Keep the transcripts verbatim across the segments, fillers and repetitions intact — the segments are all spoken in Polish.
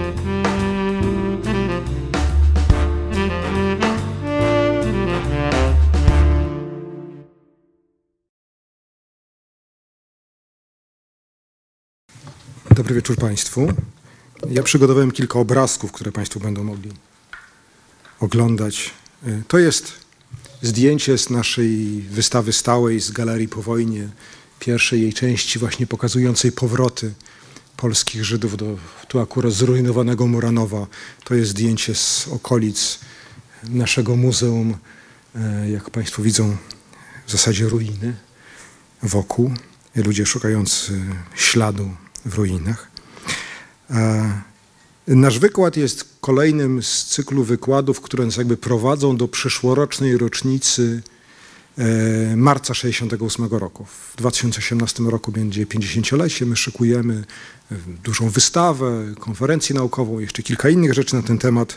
Dobry wieczór Państwu. Ja przygotowałem kilka obrazków, które Państwo będą mogli oglądać. To jest zdjęcie z naszej wystawy stałej z Galerii po wojnie, pierwszej jej części właśnie pokazującej powroty polskich Żydów do tu akurat zrujnowanego Muranowa. To jest zdjęcie z okolic naszego muzeum. Jak Państwo widzą, w zasadzie ruiny wokół. Ludzie szukający śladu w ruinach. Nasz wykład jest kolejnym z cyklu wykładów, które nas jakby prowadzą do przyszłorocznej rocznicy marca sześćdziesiątego ósmego roku. W dwa tysiące osiemnastym roku będzie pięćdziesięciolecie. My szykujemy dużą wystawę, konferencję naukową, jeszcze kilka innych rzeczy na ten temat.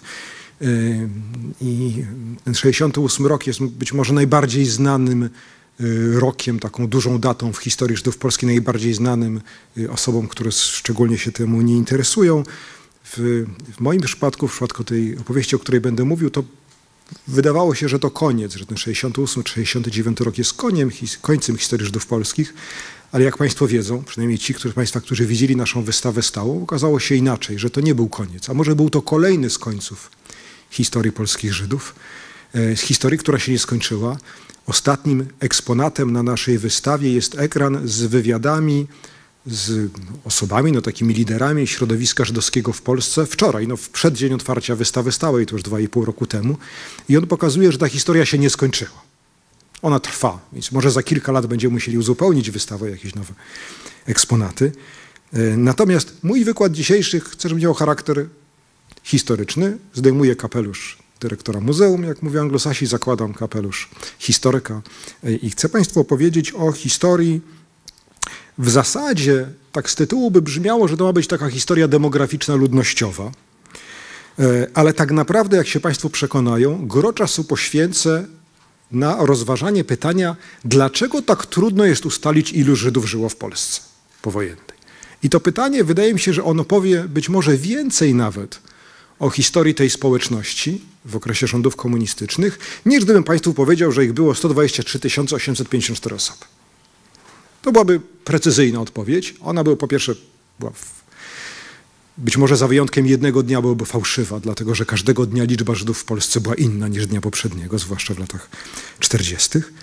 I ten sześćdziesiąty ósmy rok jest być może najbardziej znanym rokiem, taką dużą datą w historii Żydów Polski, najbardziej znanym osobom, które szczególnie się temu nie interesują. W, w moim przypadku, w przypadku tej opowieści, o której będę mówił, to wydawało się, że to koniec, że ten sześćdziesiąty ósmy czy sześćdziesiąty dziewiąty rok jest koniem, his, końcem historii Żydów Polskich, ale jak Państwo wiedzą, przynajmniej ci którzy, Państwa, którzy widzieli naszą wystawę stałą, okazało się inaczej, że to nie był koniec, a może był to kolejny z końców historii polskich Żydów, z historii, która się nie skończyła. Ostatnim eksponatem na naszej wystawie jest ekran z wywiadami z osobami, no takimi liderami środowiska żydowskiego w Polsce wczoraj, no w przeddzień otwarcia wystawy stałej, to już dwa i pół roku temu. I on pokazuje, że ta historia się nie skończyła. Ona trwa, więc może za kilka lat będziemy musieli uzupełnić wystawę, jakieś nowe eksponaty. Natomiast mój wykład dzisiejszy chcę, żeby miał charakter historyczny. Zdejmuję kapelusz dyrektora muzeum, jak mówią anglosasi, zakładam kapelusz historyka i chcę Państwu opowiedzieć o historii. W zasadzie tak z tytułu by brzmiało, że to ma być taka historia demograficzna, ludnościowa, ale tak naprawdę, jak się Państwo przekonają, gro czasu poświęcę na rozważanie pytania, dlaczego tak trudno jest ustalić, ilu Żydów żyło w Polsce powojennej. I to pytanie, wydaje mi się, że ono powie być może więcej nawet o historii tej społeczności w okresie rządów komunistycznych, niż gdybym Państwu powiedział, że ich było sto dwadzieścia trzy tysiące osiemset pięćdziesiąt cztery osoby. To byłaby precyzyjna odpowiedź. Ona była po pierwsze, była w, być może za wyjątkiem jednego dnia byłaby fałszywa, dlatego że każdego dnia liczba Żydów w Polsce była inna niż dnia poprzedniego, zwłaszcza w latach czterdziestych.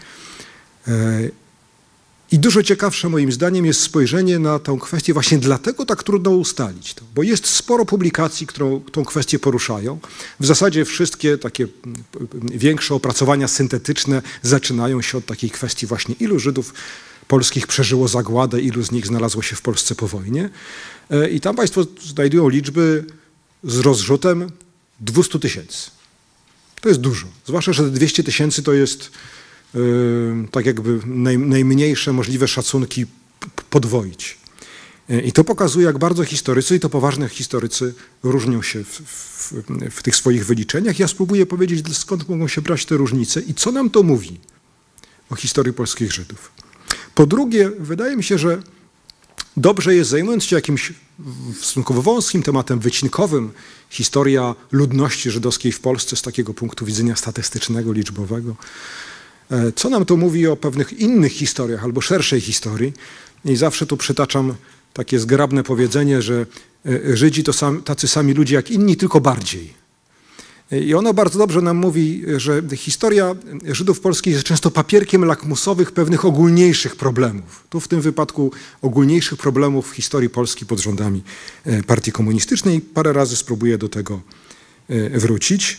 I dużo ciekawsze moim zdaniem jest spojrzenie na tę kwestię właśnie dlatego tak trudno ustalić to, bo jest sporo publikacji, które tą kwestię poruszają. W zasadzie wszystkie takie większe opracowania syntetyczne zaczynają się od takiej kwestii właśnie, ilu Żydów polskich przeżyło zagładę, ilu z nich znalazło się w Polsce po wojnie. I tam Państwo znajdują liczby z rozrzutem dwieście tysięcy. To jest dużo, zwłaszcza, że dwieście tysięcy to jest Yy, tak jakby naj, najmniejsze możliwe szacunki podwoić. Yy, I to pokazuje, jak bardzo historycy, i to poważne historycy, różnią się w, w, w tych swoich wyliczeniach. Ja spróbuję powiedzieć, skąd mogą się brać te różnice i co nam to mówi o historii polskich Żydów. Po drugie, wydaje mi się, że dobrze jest, zajmując się jakimś stosunkowo wąskim tematem wycinkowym, historia ludności żydowskiej w Polsce z takiego punktu widzenia statystycznego, liczbowego, co nam to mówi o pewnych innych historiach albo szerszej historii. I zawsze tu przytaczam takie zgrabne powiedzenie, że Żydzi to sam, tacy sami ludzie jak inni, tylko bardziej. I ono bardzo dobrze nam mówi, że historia Żydów polskich jest często papierkiem lakmusowych pewnych ogólniejszych problemów. Tu w tym wypadku ogólniejszych problemów w historii Polski pod rządami partii komunistycznej. Parę razy spróbuję do tego wrócić.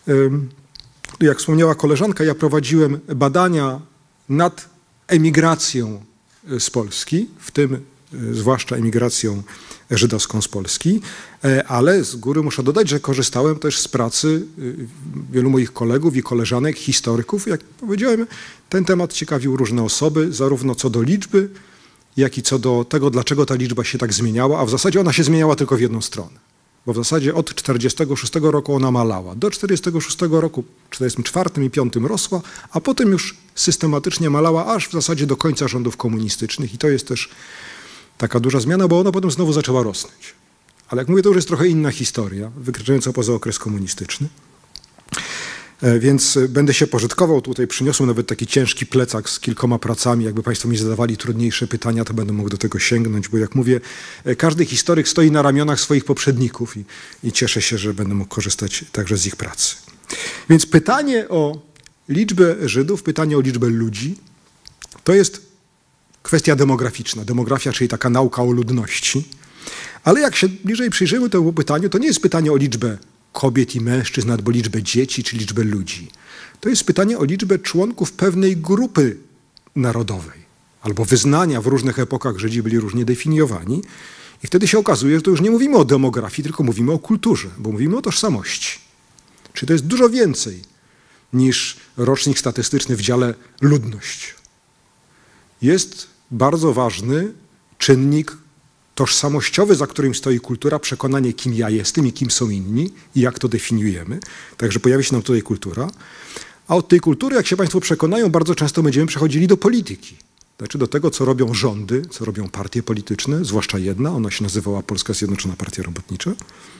Jak wspomniała koleżanka, ja prowadziłem badania nad emigracją z Polski, w tym zwłaszcza emigracją żydowską z Polski, ale z góry muszę dodać, że korzystałem też z pracy wielu moich kolegów i koleżanek, historyków. Jak powiedziałem, ten temat ciekawił różne osoby, zarówno co do liczby, jak i co do tego, dlaczego ta liczba się tak zmieniała, a w zasadzie ona się zmieniała tylko w jedną stronę. Bo w zasadzie od czterdziestego szóstego roku ona malała. Do czterdziestego szóstego roku, czterdziestym czwartym i piątym rosła, a potem już systematycznie malała, aż w zasadzie do końca rządów komunistycznych. I to jest też taka duża zmiana, bo ona potem znowu zaczęła rosnąć. Ale jak mówię, to już jest trochę inna historia, wykraczająca poza okres komunistyczny. Więc będę się pożytkował. Tutaj przyniosłem nawet taki ciężki plecak z kilkoma pracami. Jakby Państwo mi zadawali trudniejsze pytania, to będę mógł do tego sięgnąć, bo jak mówię, każdy historyk stoi na ramionach swoich poprzedników i, i cieszę się, że będę mógł korzystać także z ich pracy. Więc pytanie o liczbę Żydów, pytanie o liczbę ludzi, to jest kwestia demograficzna. Demografia, czyli taka nauka o ludności. Ale jak się bliżej przyjrzymy temu pytaniu, to nie jest pytanie o liczbę kobiet i mężczyzn, albo liczbę dzieci, czy liczbę ludzi. To jest pytanie o liczbę członków pewnej grupy narodowej, albo wyznania. W różnych epokach Żydzi byli różnie definiowani. I wtedy się okazuje, że to już nie mówimy o demografii, tylko mówimy o kulturze, bo mówimy o tożsamości. Czyli to jest dużo więcej niż rocznik statystyczny w dziale ludność. Jest bardzo ważny czynnik tożsamościowy, za którym stoi kultura, przekonanie, kim ja jestem i kim są inni i jak to definiujemy. Także pojawi się nam tutaj kultura. A od tej kultury, jak się Państwo przekonają, bardzo często będziemy przechodzili do polityki. Znaczy do tego, co robią rządy, co robią partie polityczne, zwłaszcza jedna, ona się nazywała Polska Zjednoczona Partia Robotnicza.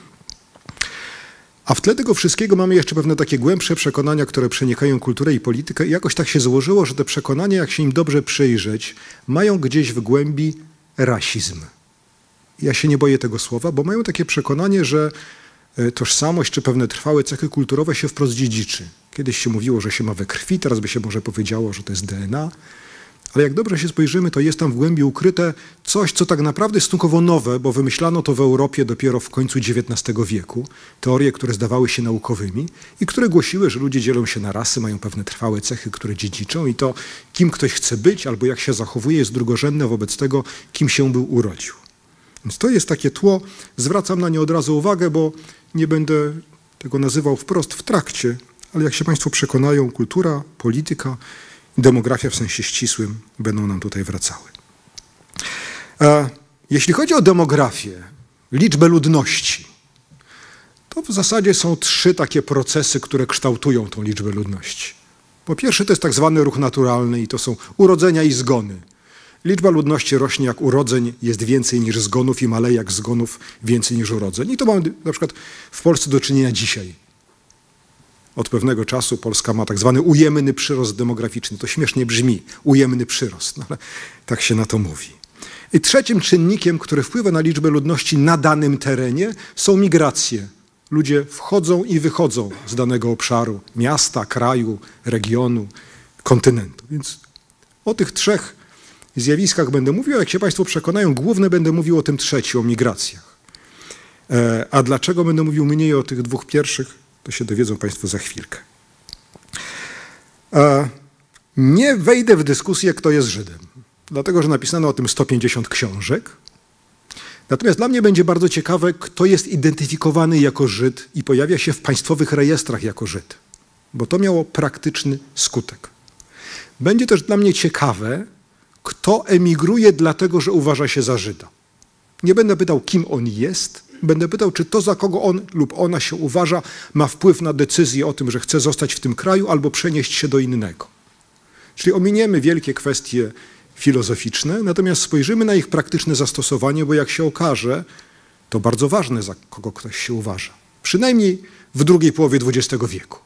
A w tle tego wszystkiego mamy jeszcze pewne takie głębsze przekonania, które przenikają kulturę i politykę i jakoś tak się złożyło, że te przekonania, jak się im dobrze przyjrzeć, mają gdzieś w głębi rasizm. Ja się nie boję tego słowa, bo mają takie przekonanie, że tożsamość czy pewne trwałe cechy kulturowe się wprost dziedziczy. Kiedyś się mówiło, że się ma we krwi, teraz by się może powiedziało, że to jest D N A. Ale jak dobrze się spojrzymy, to jest tam w głębi ukryte coś, co tak naprawdę jest stosunkowo nowe, bo wymyślano to w Europie dopiero w końcu dziewiętnastego wieku. Teorie, które zdawały się naukowymi i które głosiły, że ludzie dzielą się na rasy, mają pewne trwałe cechy, które dziedziczą i to, kim ktoś chce być albo jak się zachowuje, jest drugorzędne wobec tego, kim się był urodził. Więc to jest takie tło. Zwracam na nie od razu uwagę, bo nie będę tego nazywał wprost w trakcie, ale jak się Państwo przekonają, kultura, polityka, demografia w sensie ścisłym będą nam tutaj wracały. A jeśli chodzi o demografię, liczbę ludności, to w zasadzie są trzy takie procesy, które kształtują tą liczbę ludności. Po pierwsze to jest tak zwany ruch naturalny i to są urodzenia i zgony. Liczba ludności rośnie jak urodzeń, jest więcej niż zgonów i maleje jak zgonów, więcej niż urodzeń. I to mamy na przykład w Polsce do czynienia dzisiaj. Od pewnego czasu Polska ma tak zwany ujemny przyrost demograficzny. To śmiesznie brzmi, ujemny przyrost, no ale tak się na to mówi. I trzecim czynnikiem, który wpływa na liczbę ludności na danym terenie, są migracje. Ludzie wchodzą i wychodzą z danego obszaru, miasta, kraju, regionu, kontynentu. Więc o tych trzech zjawiskach będę mówił, a jak się Państwo przekonają, głównie będę mówił o tym trzecim, o migracjach. A dlaczego będę mówił mniej o tych dwóch pierwszych, to się dowiedzą Państwo za chwilkę. Nie wejdę w dyskusję, kto jest Żydem, dlatego że napisano o tym sto pięćdziesiąt książek. Natomiast dla mnie będzie bardzo ciekawe, kto jest identyfikowany jako Żyd i pojawia się w państwowych rejestrach jako Żyd, bo to miało praktyczny skutek. Będzie też dla mnie ciekawe, kto emigruje dlatego, że uważa się za Żyda. Nie będę pytał, kim on jest, będę pytał, czy to, za kogo on lub ona się uważa, ma wpływ na decyzję o tym, że chce zostać w tym kraju albo przenieść się do innego. Czyli ominiemy wielkie kwestie filozoficzne, natomiast spojrzymy na ich praktyczne zastosowanie, bo jak się okaże, to bardzo ważne, za kogo ktoś się uważa. Przynajmniej w drugiej połowie dwudziestego wieku.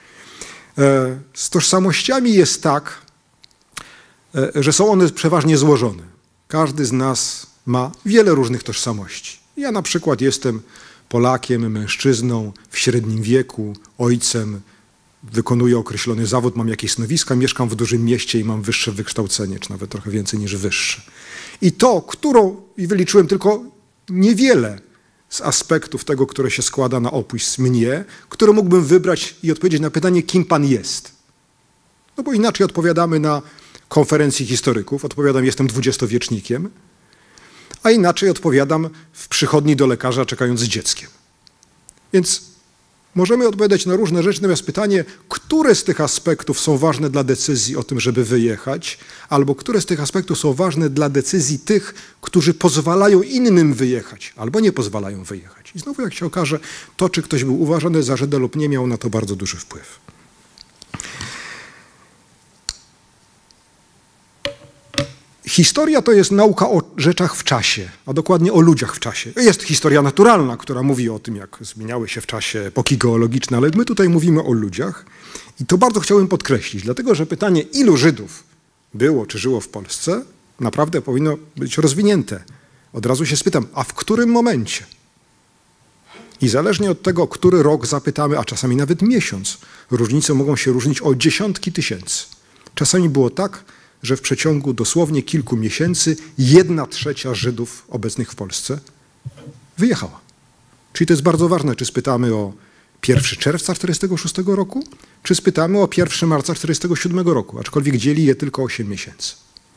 Z tożsamościami jest tak, że są one przeważnie złożone. Każdy z nas ma wiele różnych tożsamości. Ja na przykład jestem Polakiem, mężczyzną w średnim wieku, ojcem, wykonuję określony zawód, mam jakieś stanowiska, mieszkam w dużym mieście i mam wyższe wykształcenie, czy nawet trochę więcej niż wyższe. I to, którą, i wyliczyłem tylko niewiele z aspektów tego, które się składa na opis mnie, które mógłbym wybrać i odpowiedzieć na pytanie, kim pan jest. No bo inaczej odpowiadamy na konferencji historyków, odpowiadam, jestem dwudziestowiecznikiem, a inaczej odpowiadam w przychodni do lekarza, czekając z dzieckiem. Więc możemy odpowiadać na różne rzeczy, natomiast pytanie, które z tych aspektów są ważne dla decyzji o tym, żeby wyjechać, albo które z tych aspektów są ważne dla decyzji tych, którzy pozwalają innym wyjechać, albo nie pozwalają wyjechać. I znowu, jak się okaże, to, czy ktoś był uważany za Żyda lub nie, miał na to bardzo duży wpływ. Historia to jest nauka o rzeczach w czasie, a dokładnie o ludziach w czasie. Jest historia naturalna, która mówi o tym, jak zmieniały się w czasie epoki geologiczne, ale my tutaj mówimy o ludziach. I to bardzo chciałbym podkreślić, dlatego że pytanie, ilu Żydów było czy żyło w Polsce, naprawdę powinno być rozwinięte. Od razu się spytam, a w którym momencie? I zależnie od tego, który rok zapytamy, a czasami nawet miesiąc, różnice mogą się różnić o dziesiątki tysięcy. Czasami było tak, że w przeciągu dosłownie kilku miesięcy jedna trzecia Żydów obecnych w Polsce wyjechała. Czyli to jest bardzo ważne, czy spytamy o pierwszego czerwca tysiąc dziewięćset czterdziestego szóstego roku, czy spytamy o pierwszego marca tysiąc dziewięćset czterdziestego siódmego roku, aczkolwiek dzieli je tylko osiem miesięcy.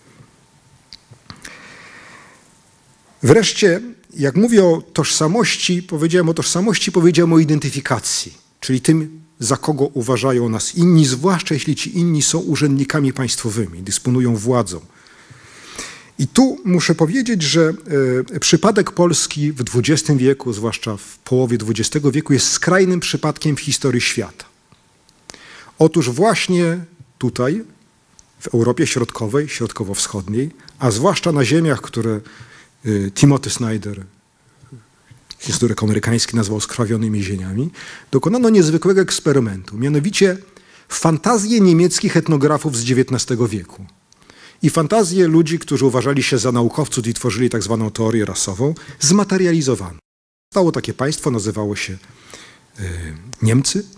Wreszcie, jak mówię o tożsamości, powiedziałem o tożsamości, powiedziałem o identyfikacji, czyli tym, za kogo uważają nas inni, zwłaszcza jeśli ci inni są urzędnikami państwowymi, dysponują władzą. I tu muszę powiedzieć, że y, przypadek Polski w dwudziestym wieku, zwłaszcza w połowie dwudziestego wieku, jest skrajnym przypadkiem w historii świata. Otóż właśnie tutaj, w Europie Środkowej, Środkowo-Wschodniej, a zwłaszcza na ziemiach, które y, Timothy Snyder, historyk amerykański, nazwał skrwawionymi ziemiami, dokonano niezwykłego eksperymentu, mianowicie fantazje niemieckich etnografów z dziewiętnastego wieku i fantazje ludzi, którzy uważali się za naukowców i tworzyli tak zwaną teorię rasową, zmaterializowano. Stało takie państwo, nazywało się y, Niemcy. Y,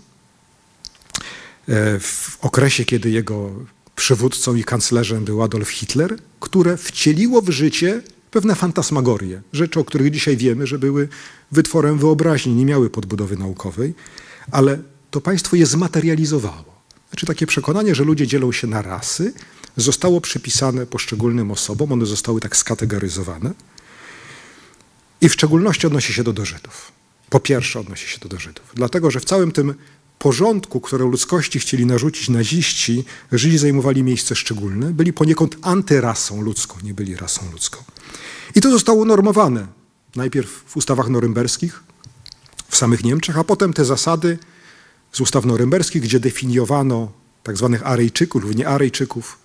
w okresie, kiedy jego przywódcą i kanclerzem był Adolf Hitler, które wcieliło w życie pewne fantasmagorie, rzeczy, o których dzisiaj wiemy, że były wytworem wyobraźni, nie miały podbudowy naukowej, ale to państwo je zmaterializowało. Znaczy takie przekonanie, że ludzie dzielą się na rasy, zostało przypisane poszczególnym osobom, one zostały tak skategoryzowane i w szczególności odnosi się to do Żydów. Po pierwsze odnosi się to do Żydów, dlatego że w całym tym porządku, które ludzkości chcieli narzucić naziści, Żydzi zajmowali miejsce szczególne, byli poniekąd antyrasą ludzką, nie byli rasą ludzką. I to zostało unormowane najpierw w ustawach norymberskich, w samych Niemczech, a potem te zasady z ustaw norymberskich, gdzie definiowano tak zwanych Aryjczyków lub nie Aryjczyków,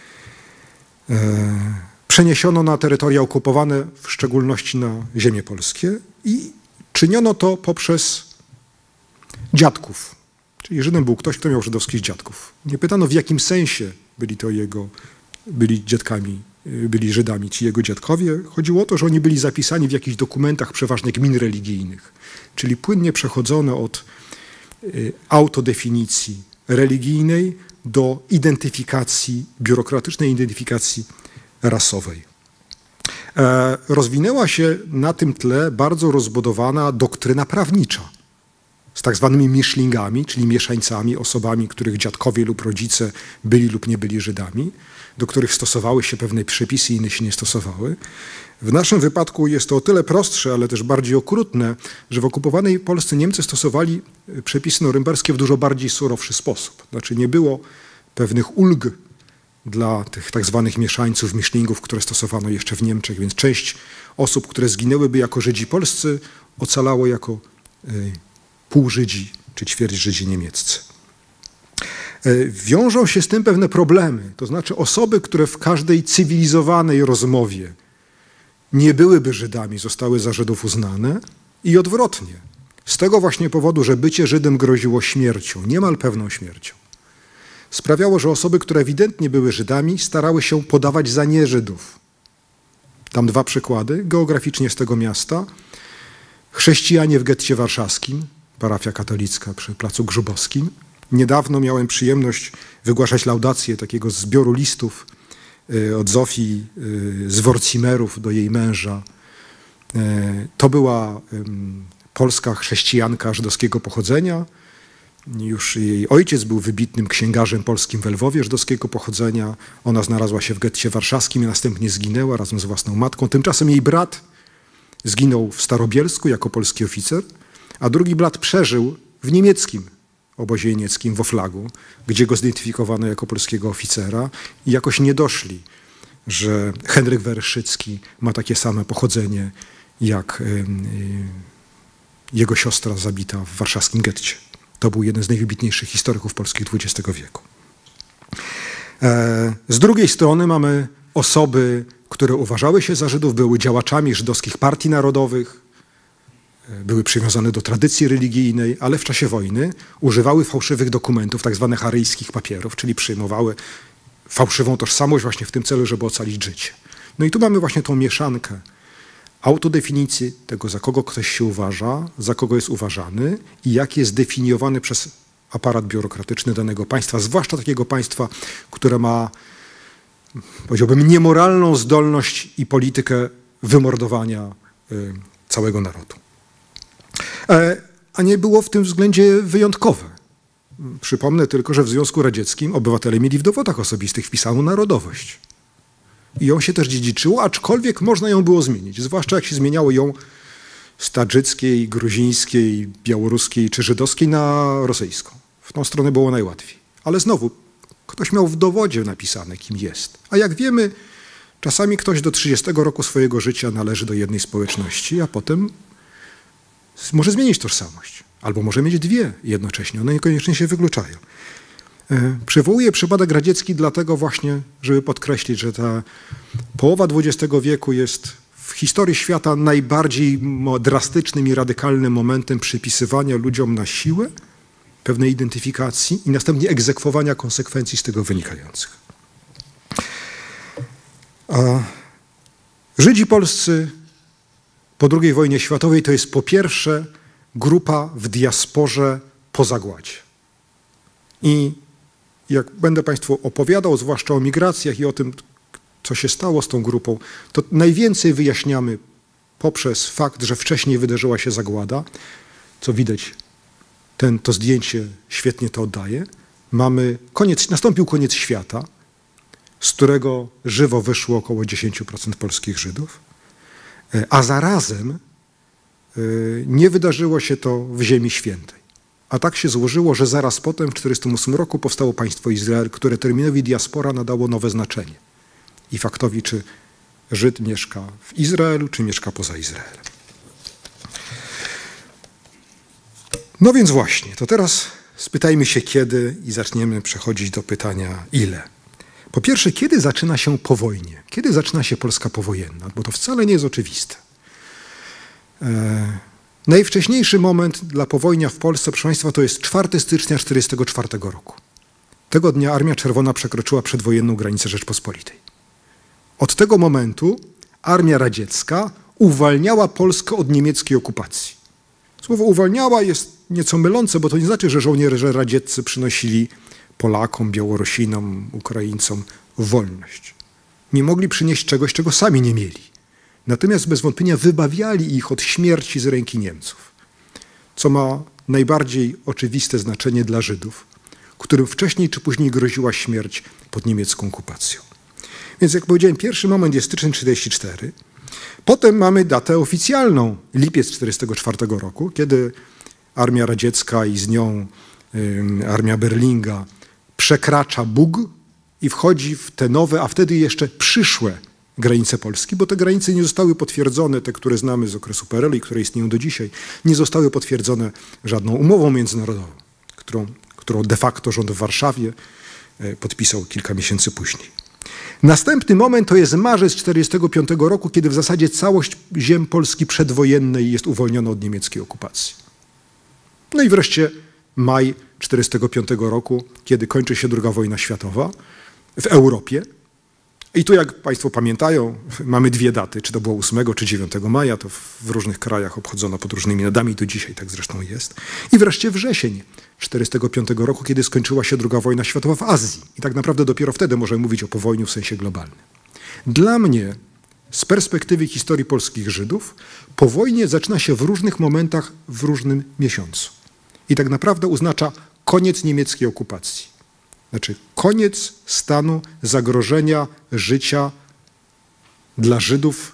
e, przeniesiono na terytoria okupowane, w szczególności na ziemie polskie i czyniono to poprzez dziadków. Czyli Żydem był ktoś, kto miał żydowskich dziadków. Nie pytano, w jakim sensie byli to jego, byli dziadkami, byli Żydami ci jego dziadkowie. Chodziło o to, że oni byli zapisani w jakichś dokumentach, przeważnie gmin religijnych. Czyli płynnie przechodzono od y, autodefinicji religijnej do identyfikacji, biurokratycznej identyfikacji rasowej. E, rozwinęła się na tym tle bardzo rozbudowana doktryna prawnicza z tak zwanymi miszlingami, czyli mieszańcami, osobami, których dziadkowie lub rodzice byli lub nie byli Żydami, do których stosowały się pewne przepisy, inne się nie stosowały. W naszym wypadku jest to o tyle prostsze, ale też bardziej okrutne, że w okupowanej Polsce Niemcy stosowali przepisy norymberskie w dużo bardziej surowszy sposób. Znaczy nie było pewnych ulg dla tych tak zwanych mieszańców, miszlingów, które stosowano jeszcze w Niemczech, więc część osób, które zginęłyby jako Żydzi polscy, ocalało jako y, półżydzi czy ćwierć Żydzi niemieccy. Wiążą się z tym pewne problemy, to znaczy osoby, które w każdej cywilizowanej rozmowie nie byłyby Żydami, zostały za Żydów uznane i odwrotnie. Z tego właśnie powodu, że bycie Żydem groziło śmiercią, niemal pewną śmiercią. Sprawiało, że osoby, które ewidentnie były Żydami, starały się podawać za nie Żydów. Dam dwa przykłady, geograficznie z tego miasta. Chrześcijanie w getcie warszawskim, parafia katolicka przy Placu Grzybowskim. Niedawno miałem przyjemność wygłaszać laudację takiego zbioru listów od Zofii z Worcimerów do jej męża. To była polska chrześcijanka żydowskiego pochodzenia. Już jej ojciec był wybitnym księgarzem polskim w Lwowie żydowskiego pochodzenia. Ona znalazła się w getcie warszawskim i następnie zginęła razem z własną matką. Tymczasem jej brat zginął w Starobielsku jako polski oficer, a drugi brat przeżył w niemieckim obozie jenieckim w Oflagu, gdzie go zidentyfikowano jako polskiego oficera i jakoś nie doszli, że Henryk Wereszycki ma takie same pochodzenie jak jego siostra zabita w warszawskim getcie. To był jeden z najwybitniejszych historyków polskich dwudziestego wieku. Z drugiej strony mamy osoby, które uważały się za Żydów, były działaczami żydowskich partii narodowych, były przywiązane do tradycji religijnej, ale w czasie wojny używały fałszywych dokumentów, tak zwanych aryjskich papierów, czyli przyjmowały fałszywą tożsamość właśnie w tym celu, żeby ocalić życie. No i tu mamy właśnie tą mieszankę autodefinicji tego, za kogo ktoś się uważa, za kogo jest uważany i jak jest definiowany przez aparat biurokratyczny danego państwa, zwłaszcza takiego państwa, które ma, powiedziałbym, niemoralną zdolność i politykę wymordowania y, całego narodu. E, a nie było w tym względzie wyjątkowe. Przypomnę tylko, że w Związku Radzieckim obywatele mieli w dowodach osobistych wpisaną narodowość. I ją się też dziedziczyło, aczkolwiek można ją było zmienić, zwłaszcza jak się zmieniało ją z tadżyckiej, gruzińskiej, białoruskiej czy żydowskiej na rosyjską. W tą stronę było najłatwiej. Ale znowu, ktoś miał w dowodzie napisane, kim jest. A jak wiemy, czasami ktoś do trzydziestego roku swojego życia należy do jednej społeczności, a potem może zmienić tożsamość. Albo może mieć dwie jednocześnie. One niekoniecznie się wykluczają. Przywołuję przypadek radziecki dlatego właśnie, żeby podkreślić, że ta połowa dwudziestego wieku jest w historii świata najbardziej drastycznym i radykalnym momentem przypisywania ludziom na siłę pewnej identyfikacji i następnie egzekwowania konsekwencji z tego wynikających. A Żydzi polscy po drugiej wojnie światowej to jest po pierwsze grupa w diasporze po zagładzie. I jak będę Państwu opowiadał, zwłaszcza o migracjach i o tym, co się stało z tą grupą, to najwięcej wyjaśniamy poprzez fakt, że wcześniej wydarzyła się zagłada, co widać, ten, to zdjęcie świetnie to oddaje. Mamy koniec, nastąpił koniec świata, z którego żywo wyszło około dziesięć procent polskich Żydów, a zarazem nie wydarzyło się to w Ziemi Świętej. A tak się złożyło, że zaraz potem, w tysiąc dziewięćset czterdziestym ósmym roku, powstało państwo Izrael, które terminowi diaspora nadało nowe znaczenie. I faktowi, czy Żyd mieszka w Izraelu, czy mieszka poza Izraelem. No więc właśnie, to teraz spytajmy się kiedy i zaczniemy przechodzić do pytania ile. Po pierwsze, kiedy zaczyna się po wojnie? Kiedy zaczyna się Polska powojenna? Bo to wcale nie jest oczywiste. E Najwcześniejszy moment dla powojnia w Polsce, proszę Państwa, to jest czwartego stycznia tysiąc dziewięćset czterdziestego czwartego roku. Tego dnia Armia Czerwona przekroczyła przedwojenną granicę Rzeczpospolitej. Od tego momentu Armia Radziecka uwalniała Polskę od niemieckiej okupacji. Słowo uwalniała jest nieco mylące, bo to nie znaczy, że żołnierze radzieccy przynosili Polakom, Białorosinom, Ukraińcom wolność. Nie mogli przynieść czegoś, czego sami nie mieli. Natomiast bez wątpienia wybawiali ich od śmierci z ręki Niemców, co ma najbardziej oczywiste znaczenie dla Żydów, którym wcześniej czy później groziła śmierć pod niemiecką okupacją. Więc jak powiedziałem, pierwszy moment jest styczeń tysiąc dziewięćset trzydziesty czwarty. Potem mamy datę oficjalną, lipiec tysiąc dziewięćset czterdziestego czwartego roku, kiedy Armia Radziecka i z nią y, Armia Berlinga przekracza Bug i wchodzi w te nowe, a wtedy jeszcze przyszłe granice Polski, bo te granice nie zostały potwierdzone, te, które znamy z okresu P R L u i które istnieją do dzisiaj, nie zostały potwierdzone żadną umową międzynarodową, którą, którą de facto rząd w Warszawie podpisał kilka miesięcy później. Następny moment to jest marzec tysiąc dziewięćset czterdziestego piątego roku, kiedy w zasadzie całość ziem Polski przedwojennej jest uwolniona od niemieckiej okupacji. No i wreszcie maj tysiąc dziewięćset czterdziestego piątego roku, kiedy kończy się druga wojna światowa w Europie. I tu, jak Państwo pamiętają, mamy dwie daty, czy to było ósmego czy dziewiątego maja, to w różnych krajach obchodzono pod różnymi nadami, do dzisiaj tak zresztą jest. I wreszcie wrzesień tysiąc dziewięćset czterdziestego piątego roku, kiedy skończyła się druga wojna światowa w Azji. I tak naprawdę dopiero wtedy możemy mówić o powojniu w sensie globalnym. Dla mnie, z perspektywy historii polskich Żydów, po wojnie zaczyna się w różnych momentach, w różnym miesiącu. I tak naprawdę oznacza koniec niemieckiej okupacji. Znaczy koniec stanu zagrożenia życia dla Żydów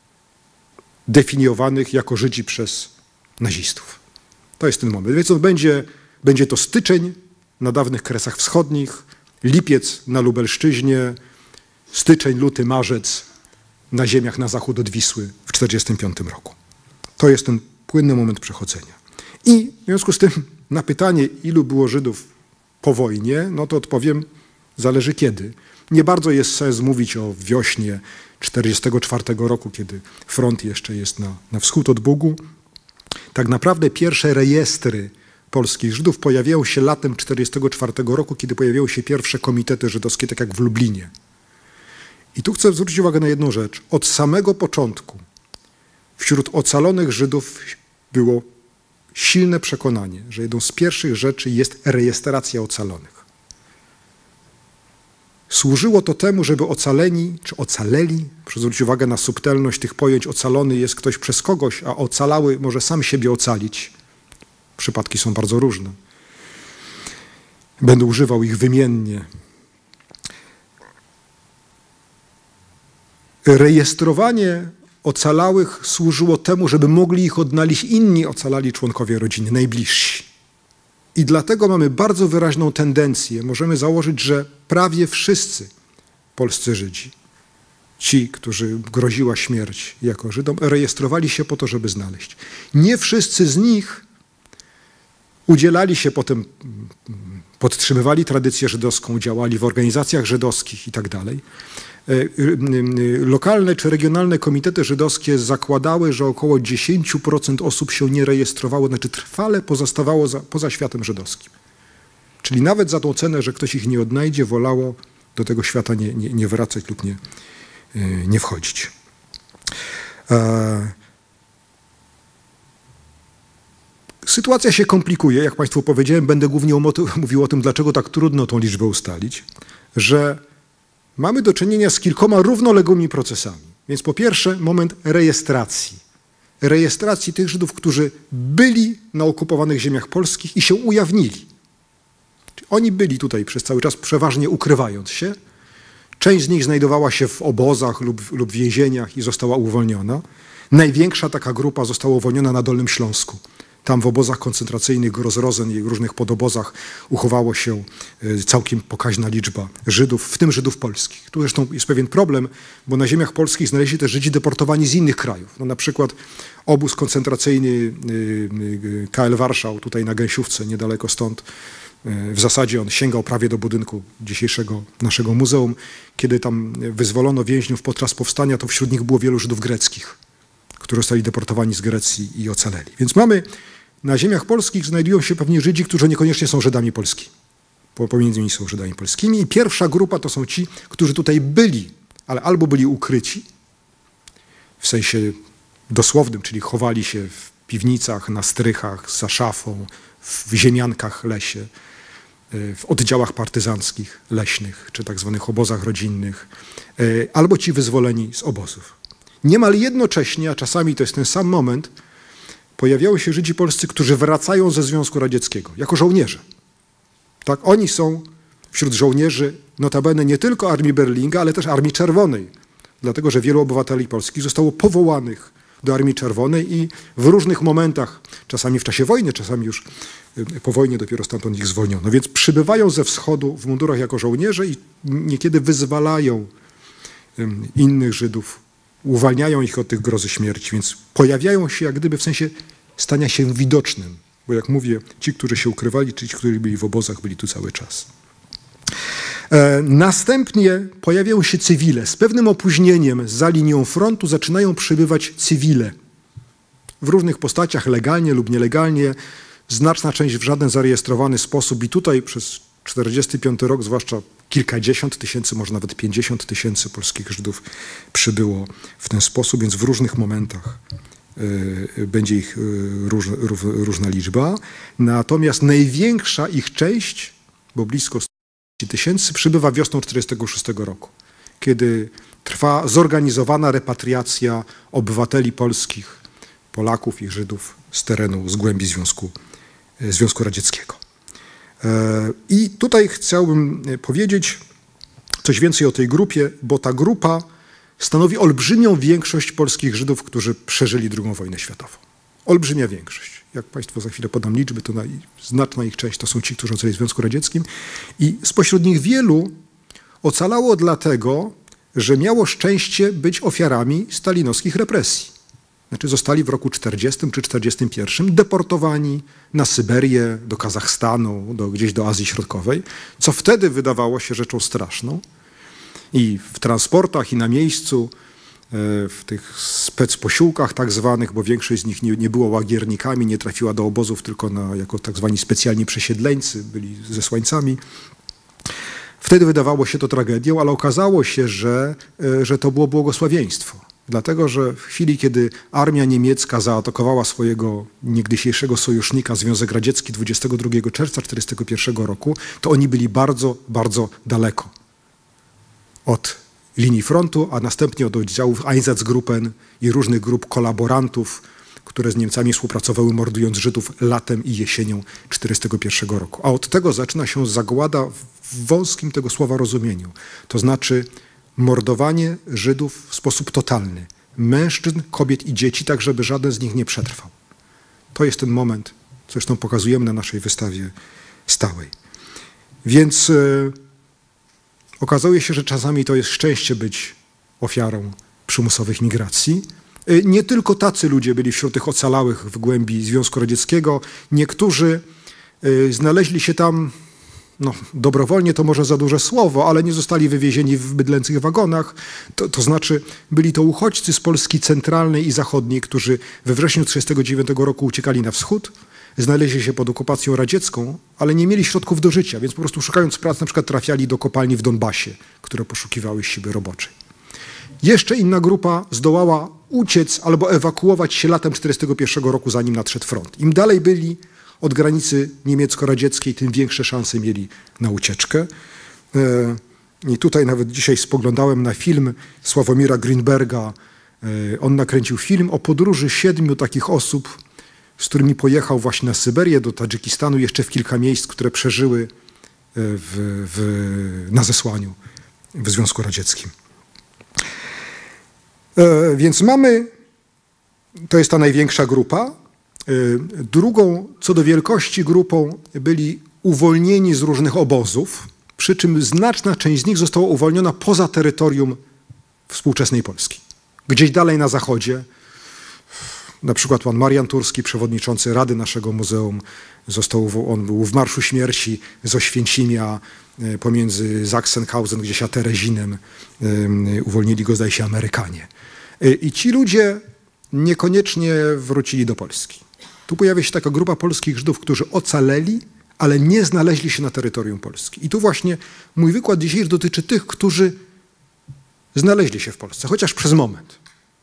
definiowanych jako Żydzi przez nazistów. To jest ten moment. Więc on będzie, będzie to styczeń na dawnych Kresach Wschodnich, lipiec na Lubelszczyźnie, styczeń, luty, marzec na ziemiach na zachód od Wisły w tysiąc dziewięćset czterdziestym piątym roku. To jest ten płynny moment przechodzenia. I w związku z tym na pytanie, ilu było Żydów po wojnie, no to odpowiem Zależy kiedy. Nie bardzo jest sens mówić o wiośnie tysiąc dziewięćset czterdziestego czwartego roku, kiedy front jeszcze jest na, na wschód od Bugu. Tak naprawdę pierwsze rejestry polskich Żydów pojawiają się latem tysiąc dziewięćset czterdziestego czwartego roku, kiedy pojawiały się pierwsze komitety żydowskie, tak jak w Lublinie. I tu chcę zwrócić uwagę na jedną rzecz. Od samego początku wśród ocalonych Żydów było silne przekonanie, że jedną z pierwszych rzeczy jest rejestracja ocalonych. Służyło to temu, żeby ocaleni, czy ocaleli, proszę zwrócić uwagę na subtelność tych pojęć, ocalony jest ktoś przez kogoś, a ocalały może sam siebie ocalić. Przypadki są bardzo różne. Będę używał ich wymiennie. Rejestrowanie ocalałych służyło temu, żeby mogli ich odnaleźć inni ocalali członkowie rodziny, najbliżsi. I dlatego mamy bardzo wyraźną tendencję. Możemy założyć, że prawie wszyscy polscy Żydzi, ci, którzy groziła śmierć jako Żydom, rejestrowali się po to, żeby znaleźć. Nie wszyscy z nich udzielali się potem, podtrzymywali tradycję żydowską, działali w organizacjach żydowskich i tak dalej. Lokalne czy regionalne komitety żydowskie zakładały, że około dziesięć procent osób się nie rejestrowało, znaczy trwale pozostawało za, poza światem żydowskim. Czyli nawet za tą cenę, że ktoś ich nie odnajdzie, wolało do tego świata nie, nie, nie wracać lub nie, nie wchodzić. Sytuacja się komplikuje, jak Państwu powiedziałem, będę głównie mówił o tym, dlaczego tak trudno tą liczbę ustalić, że mamy do czynienia z kilkoma równoległymi procesami. Więc po pierwsze moment rejestracji. Rejestracji tych Żydów, którzy byli na okupowanych ziemiach polskich i się ujawnili. Czyli oni byli tutaj przez cały czas, przeważnie ukrywając się. Część z nich znajdowała się w obozach lub, lub więzieniach i została uwolniona. Największa taka grupa została uwolniona na Dolnym Śląsku. Tam w obozach koncentracyjnych, Gross-Rosen i różnych podobozach uchowało się całkiem pokaźna liczba Żydów, w tym Żydów polskich. Tu zresztą jest pewien problem, bo na ziemiach polskich znaleźli też Żydzi deportowani z innych krajów. No, na przykład obóz koncentracyjny K L Warszał, tutaj na Gęsiówce, niedaleko stąd. W zasadzie on sięgał prawie do budynku dzisiejszego naszego muzeum. Kiedy tam wyzwolono więźniów podczas powstania, to wśród nich było wielu Żydów greckich, którzy zostali deportowani z Grecji i ocaleli. Więc mamy, na ziemiach polskich znajdują się pewnie Żydzi, którzy niekoniecznie są Żydami polskimi. Pomiędzy nimi są Żydami polskimi. I pierwsza grupa to są ci, którzy tutaj byli, ale albo byli ukryci, w sensie dosłownym, czyli chowali się w piwnicach, na strychach, za szafą, w ziemiankach lesie, w oddziałach partyzanckich, leśnych, czy tak zwanych obozach rodzinnych, albo ci wyzwoleni z obozów. Niemal jednocześnie, a czasami to jest ten sam moment, pojawiały się Żydzi polscy, którzy wracają ze Związku Radzieckiego, jako żołnierze. Tak, oni są wśród żołnierzy notabene nie tylko Armii Berlinga, ale też Armii Czerwonej, dlatego że wielu obywateli polskich zostało powołanych do Armii Czerwonej i w różnych momentach, czasami w czasie wojny, czasami już po wojnie dopiero stamtąd ich zwolniono. Więc przybywają ze wschodu w mundurach jako żołnierze i niekiedy wyzwalają innych Żydów, uwalniają ich od tych grozy śmierci, więc pojawiają się jak gdyby w sensie stania się widocznym, bo jak mówię, ci, którzy się ukrywali, czy ci, którzy byli w obozach, byli tu cały czas. E, następnie pojawiają się cywile. Z pewnym opóźnieniem za linią frontu zaczynają przybywać cywile. W różnych postaciach, legalnie lub nielegalnie, znaczna część w żaden zarejestrowany sposób i tutaj przez czterdziesty piąty rok, zwłaszcza kilkadziesiąt tysięcy, może nawet pięćdziesiąt tysięcy polskich Żydów przybyło w ten sposób, więc w różnych momentach y, będzie ich y, róż, róż, różna liczba. Natomiast największa ich część, bo blisko sto tysięcy, przybywa wiosną tysiąc dziewięćset czterdziestego szóstego roku, kiedy trwa zorganizowana repatriacja obywateli polskich, Polaków i Żydów z terenu, z głębi Związku, Związku Radzieckiego. I tutaj chciałbym powiedzieć coś więcej o tej grupie, bo ta grupa stanowi olbrzymią większość polskich Żydów, którzy przeżyli drugą wojnę światową. Olbrzymia większość. Jak Państwu za chwilę podam liczby, to znaczna ich część to są ci, którzy ocaleli w Związku Radzieckim. I spośród nich wielu ocalało dlatego, że miało szczęście być ofiarami stalinowskich represji. znaczy zostali w roku czterdziestym czy czterdziestym pierwszym deportowani na Syberię, do Kazachstanu, do, gdzieś do Azji Środkowej, co wtedy wydawało się rzeczą straszną. I w transportach, i na miejscu, w tych specposiłkach tak zwanych, bo większość z nich nie, nie było łagiernikami, nie trafiła do obozów, tylko na, jako tak zwani specjalni przesiedleńcy, byli zesłańcami. Wtedy wydawało się to tragedią, ale okazało się, że, że to było błogosławieństwo. Dlatego, że w chwili, kiedy armia niemiecka zaatakowała swojego niegdysiejszego sojusznika Związek Radziecki dwudziestego drugiego czerwca tysiąc dziewięćset czterdziestego pierwszego roku, to oni byli bardzo, bardzo daleko od linii frontu, a następnie od oddziałów Einsatzgruppen i różnych grup kolaborantów, które z Niemcami współpracowały, mordując Żydów latem i jesienią tysiąc dziewięćset czterdziestego pierwszego roku. A od tego zaczyna się zagłada w wąskim tego słowa rozumieniu. To znaczy mordowanie Żydów w sposób totalny. Mężczyzn, kobiet i dzieci, tak żeby żaden z nich nie przetrwał. To jest ten moment, co zresztą pokazujemy na naszej wystawie stałej. Więc yy, okazuje się, że czasami to jest szczęście być ofiarą przymusowych migracji. Yy, nie tylko tacy ludzie byli wśród tych ocalałych w głębi Związku Radzieckiego. Niektórzy yy, znaleźli się tam, no, dobrowolnie to może za duże słowo, ale nie zostali wywiezieni w bydlęcych wagonach. To, to znaczy byli to uchodźcy z Polski centralnej i zachodniej, którzy we wrześniu tysiąc dziewięćset trzydziestego dziewiątego roku uciekali na wschód, znaleźli się pod okupacją radziecką, ale nie mieli środków do życia, więc po prostu szukając pracy na przykład trafiali do kopalni w Donbasie, które poszukiwały siły roboczej. Jeszcze inna grupa zdołała uciec albo ewakuować się latem tysiąc dziewięćset czterdziestego pierwszego roku, zanim nadszedł front. Im dalej byli od granicy niemiecko-radzieckiej, tym większe szanse mieli na ucieczkę. I tutaj nawet dzisiaj spoglądałem na film Sławomira Grünberga. On nakręcił film o podróży siedmiu takich osób, z którymi pojechał właśnie na Syberię, do Tadżykistanu, jeszcze w kilka miejsc, które przeżyły w, w, na zesłaniu w Związku Radzieckim. Więc mamy, to jest ta największa grupa. Drugą, co do wielkości grupą, byli uwolnieni z różnych obozów, przy czym znaczna część z nich została uwolniona poza terytorium współczesnej Polski. Gdzieś dalej na zachodzie, na przykład pan Marian Turski, przewodniczący Rady naszego muzeum, został, on był w Marszu Śmierci z Oświęcimia pomiędzy Sachsenhausen, gdzieś a Terezinem. Uwolnili go, zdaje się, Amerykanie. I ci ludzie niekoniecznie wrócili do Polski. Tu pojawia się taka grupa polskich Żydów, którzy ocaleli, ale nie znaleźli się na terytorium Polski. I tu właśnie mój wykład dzisiejszy dotyczy tych, którzy znaleźli się w Polsce, chociaż przez moment.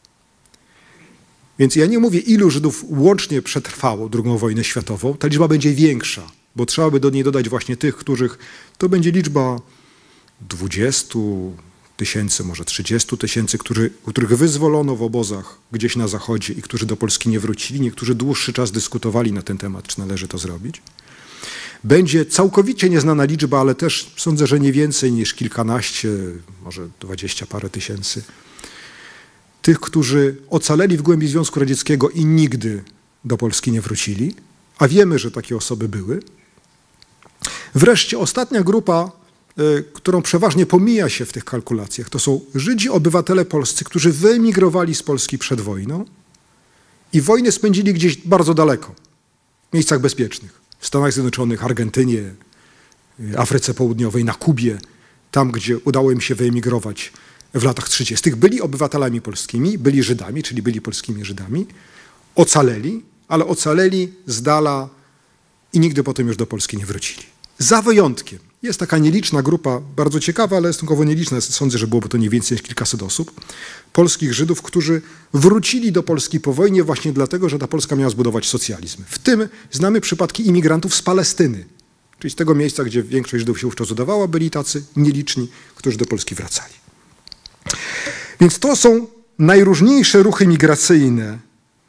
Więc ja nie mówię, ilu Żydów łącznie przetrwało drugą wojnę światową. Ta liczba będzie większa, bo trzeba by do niej dodać właśnie tych, których to będzie liczba dwudziestu tysięcy, może trzydziestu tysięcy, którzy, których wyzwolono w obozach gdzieś na zachodzie i którzy do Polski nie wrócili. Niektórzy dłuższy czas dyskutowali na ten temat, czy należy to zrobić. Będzie całkowicie nieznana liczba, ale też sądzę, że nie więcej niż kilkanaście, może dwadzieścia parę tysięcy. Tych, którzy ocaleli w głębi Związku Radzieckiego i nigdy do Polski nie wrócili, a wiemy, że takie osoby były. Wreszcie ostatnia grupa, którą przeważnie pomija się w tych kalkulacjach, to są Żydzi obywatele polscy, którzy wyemigrowali z Polski przed wojną i wojnę spędzili gdzieś bardzo daleko, w miejscach bezpiecznych. W Stanach Zjednoczonych, Argentynie, Afryce Południowej, na Kubie, tam, gdzie udało im się wyemigrować w latach trzydziestych. Byli obywatelami polskimi, byli Żydami, czyli byli polskimi Żydami, ocaleli, ale ocaleli z dala i nigdy potem już do Polski nie wrócili. Za wyjątkiem jest taka nieliczna grupa, bardzo ciekawa, ale stosunkowo nieliczna, sądzę, że byłoby to nie więcej niż kilkaset osób, polskich Żydów, którzy wrócili do Polski po wojnie właśnie dlatego, że ta Polska miała zbudować socjalizm. W tym znamy przypadki imigrantów z Palestyny, czyli z tego miejsca, gdzie większość Żydów się wówczas udawała, byli tacy nieliczni, którzy do Polski wracali. Więc to są najróżniejsze ruchy migracyjne,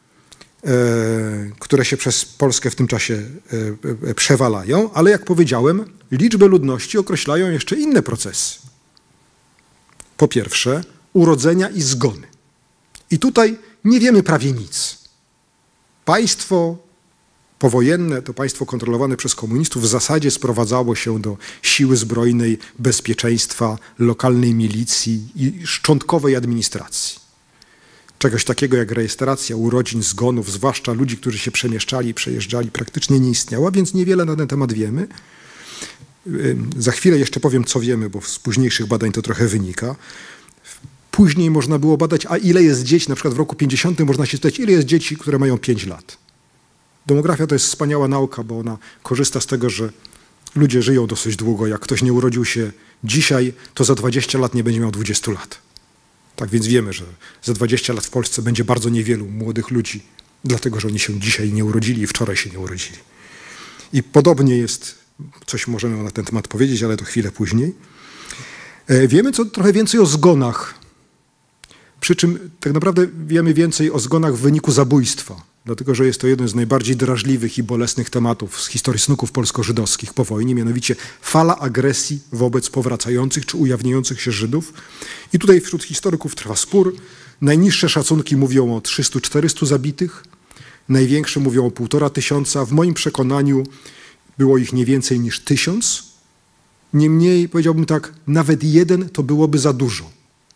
które się przez Polskę w tym czasie przewalają, ale jak powiedziałem, liczbę ludności określają jeszcze inne procesy. Po pierwsze, urodzenia i zgony. I tutaj nie wiemy prawie nic. Państwo powojenne, to państwo kontrolowane przez komunistów w zasadzie sprowadzało się do siły zbrojnej, bezpieczeństwa, lokalnej milicji i szczątkowej administracji. Czegoś takiego jak rejestracja urodzin, zgonów, zwłaszcza ludzi, którzy się przemieszczali, przejeżdżali, praktycznie nie istniała, więc niewiele na ten temat wiemy. Za chwilę jeszcze powiem, co wiemy, bo z późniejszych badań to trochę wynika. Później można było badać, a ile jest dzieci, na przykład w roku pięćdziesiątym można się spytać, ile jest dzieci, które mają pięć lat. Demografia to jest wspaniała nauka, bo ona korzysta z tego, że ludzie żyją dosyć długo. Jak ktoś nie urodził się dzisiaj, to za dwadzieścia lat nie będzie miał dwudziestu lat. Tak więc wiemy, że za dwadzieścia lat w Polsce będzie bardzo niewielu młodych ludzi, dlatego że oni się dzisiaj nie urodzili i wczoraj się nie urodzili. I podobnie jest, coś możemy na ten temat powiedzieć, ale to chwilę później. Wiemy co, trochę więcej o zgonach. Przy czym tak naprawdę wiemy więcej o zgonach w wyniku zabójstwa, dlatego że jest to jeden z najbardziej drażliwych i bolesnych tematów z historii snuków polsko-żydowskich po wojnie, mianowicie fala agresji wobec powracających czy ujawniających się Żydów. I tutaj wśród historyków trwa spór. Najniższe szacunki mówią o trzystu czterystu zabitych, największe mówią o półtora tysiąca. W moim przekonaniu było ich nie więcej niż tysiąc. Niemniej, powiedziałbym tak, nawet jeden to byłoby za dużo.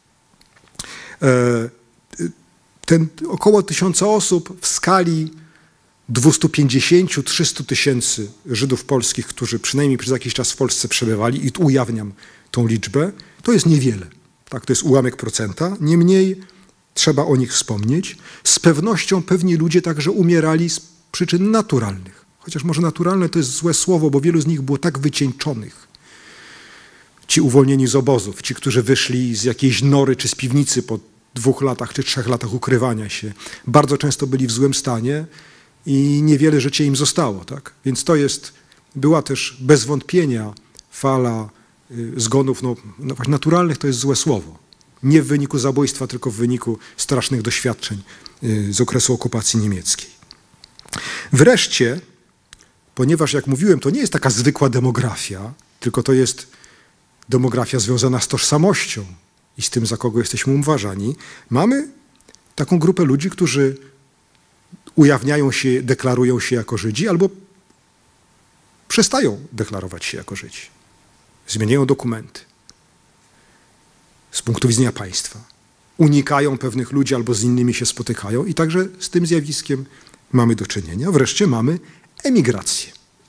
Ten około tysiąca osób w skali dwustu pięćdziesięciu do trzystu tysięcy Żydów polskich, którzy przynajmniej przez jakiś czas w Polsce przebywali, i tu ujawniam tą liczbę, to jest niewiele. Tak, to jest ułamek procenta. Niemniej trzeba o nich wspomnieć. Z pewnością pewni ludzie także umierali z przyczyn naturalnych. Chociaż może naturalne to jest złe słowo, bo wielu z nich było tak wycieńczonych. Ci uwolnieni z obozów, ci, którzy wyszli z jakiejś nory czy z piwnicy po dwóch latach czy trzech latach ukrywania się, bardzo często byli w złym stanie i niewiele życia im zostało. Tak? Więc to jest, była też bez wątpienia fala y, zgonów, no, no, naturalnych to jest złe słowo. Nie w wyniku zabójstwa, tylko w wyniku strasznych doświadczeń y, z okresu okupacji niemieckiej. Wreszcie, ponieważ jak mówiłem, to nie jest taka zwykła demografia, tylko to jest demografia związana z tożsamością i z tym, za kogo jesteśmy uważani, mamy taką grupę ludzi, którzy ujawniają się, deklarują się jako Żydzi albo przestają deklarować się jako Żydzi. Zmieniają dokumenty z punktu widzenia państwa. Unikają pewnych ludzi albo z innymi się spotykają i także z tym zjawiskiem mamy do czynienia. Wreszcie mamy emigrację.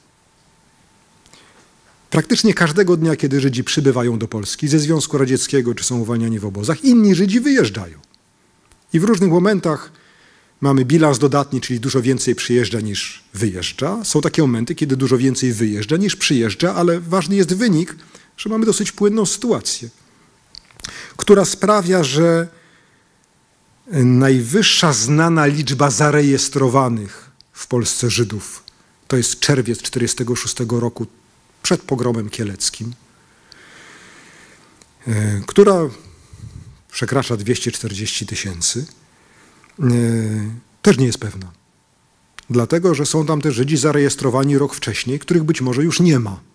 Praktycznie każdego dnia, kiedy Żydzi przybywają do Polski ze Związku Radzieckiego, czy są uwalniani w obozach, inni Żydzi wyjeżdżają. I w różnych momentach mamy bilans dodatni, czyli dużo więcej przyjeżdża niż wyjeżdża. Są takie momenty, kiedy dużo więcej wyjeżdża niż przyjeżdża, ale ważny jest wynik, że mamy dosyć płynną sytuację, która sprawia, że najwyższa znana liczba zarejestrowanych w Polsce Żydów to jest czerwiec tysiąc dziewięćset czterdziestego szóstego roku, przed pogromem kieleckim, która przekracza dwieście czterdzieści tysięcy, też nie jest pewna. Dlatego, że są tam też Żydzi zarejestrowani rok wcześniej, których być może już nie ma.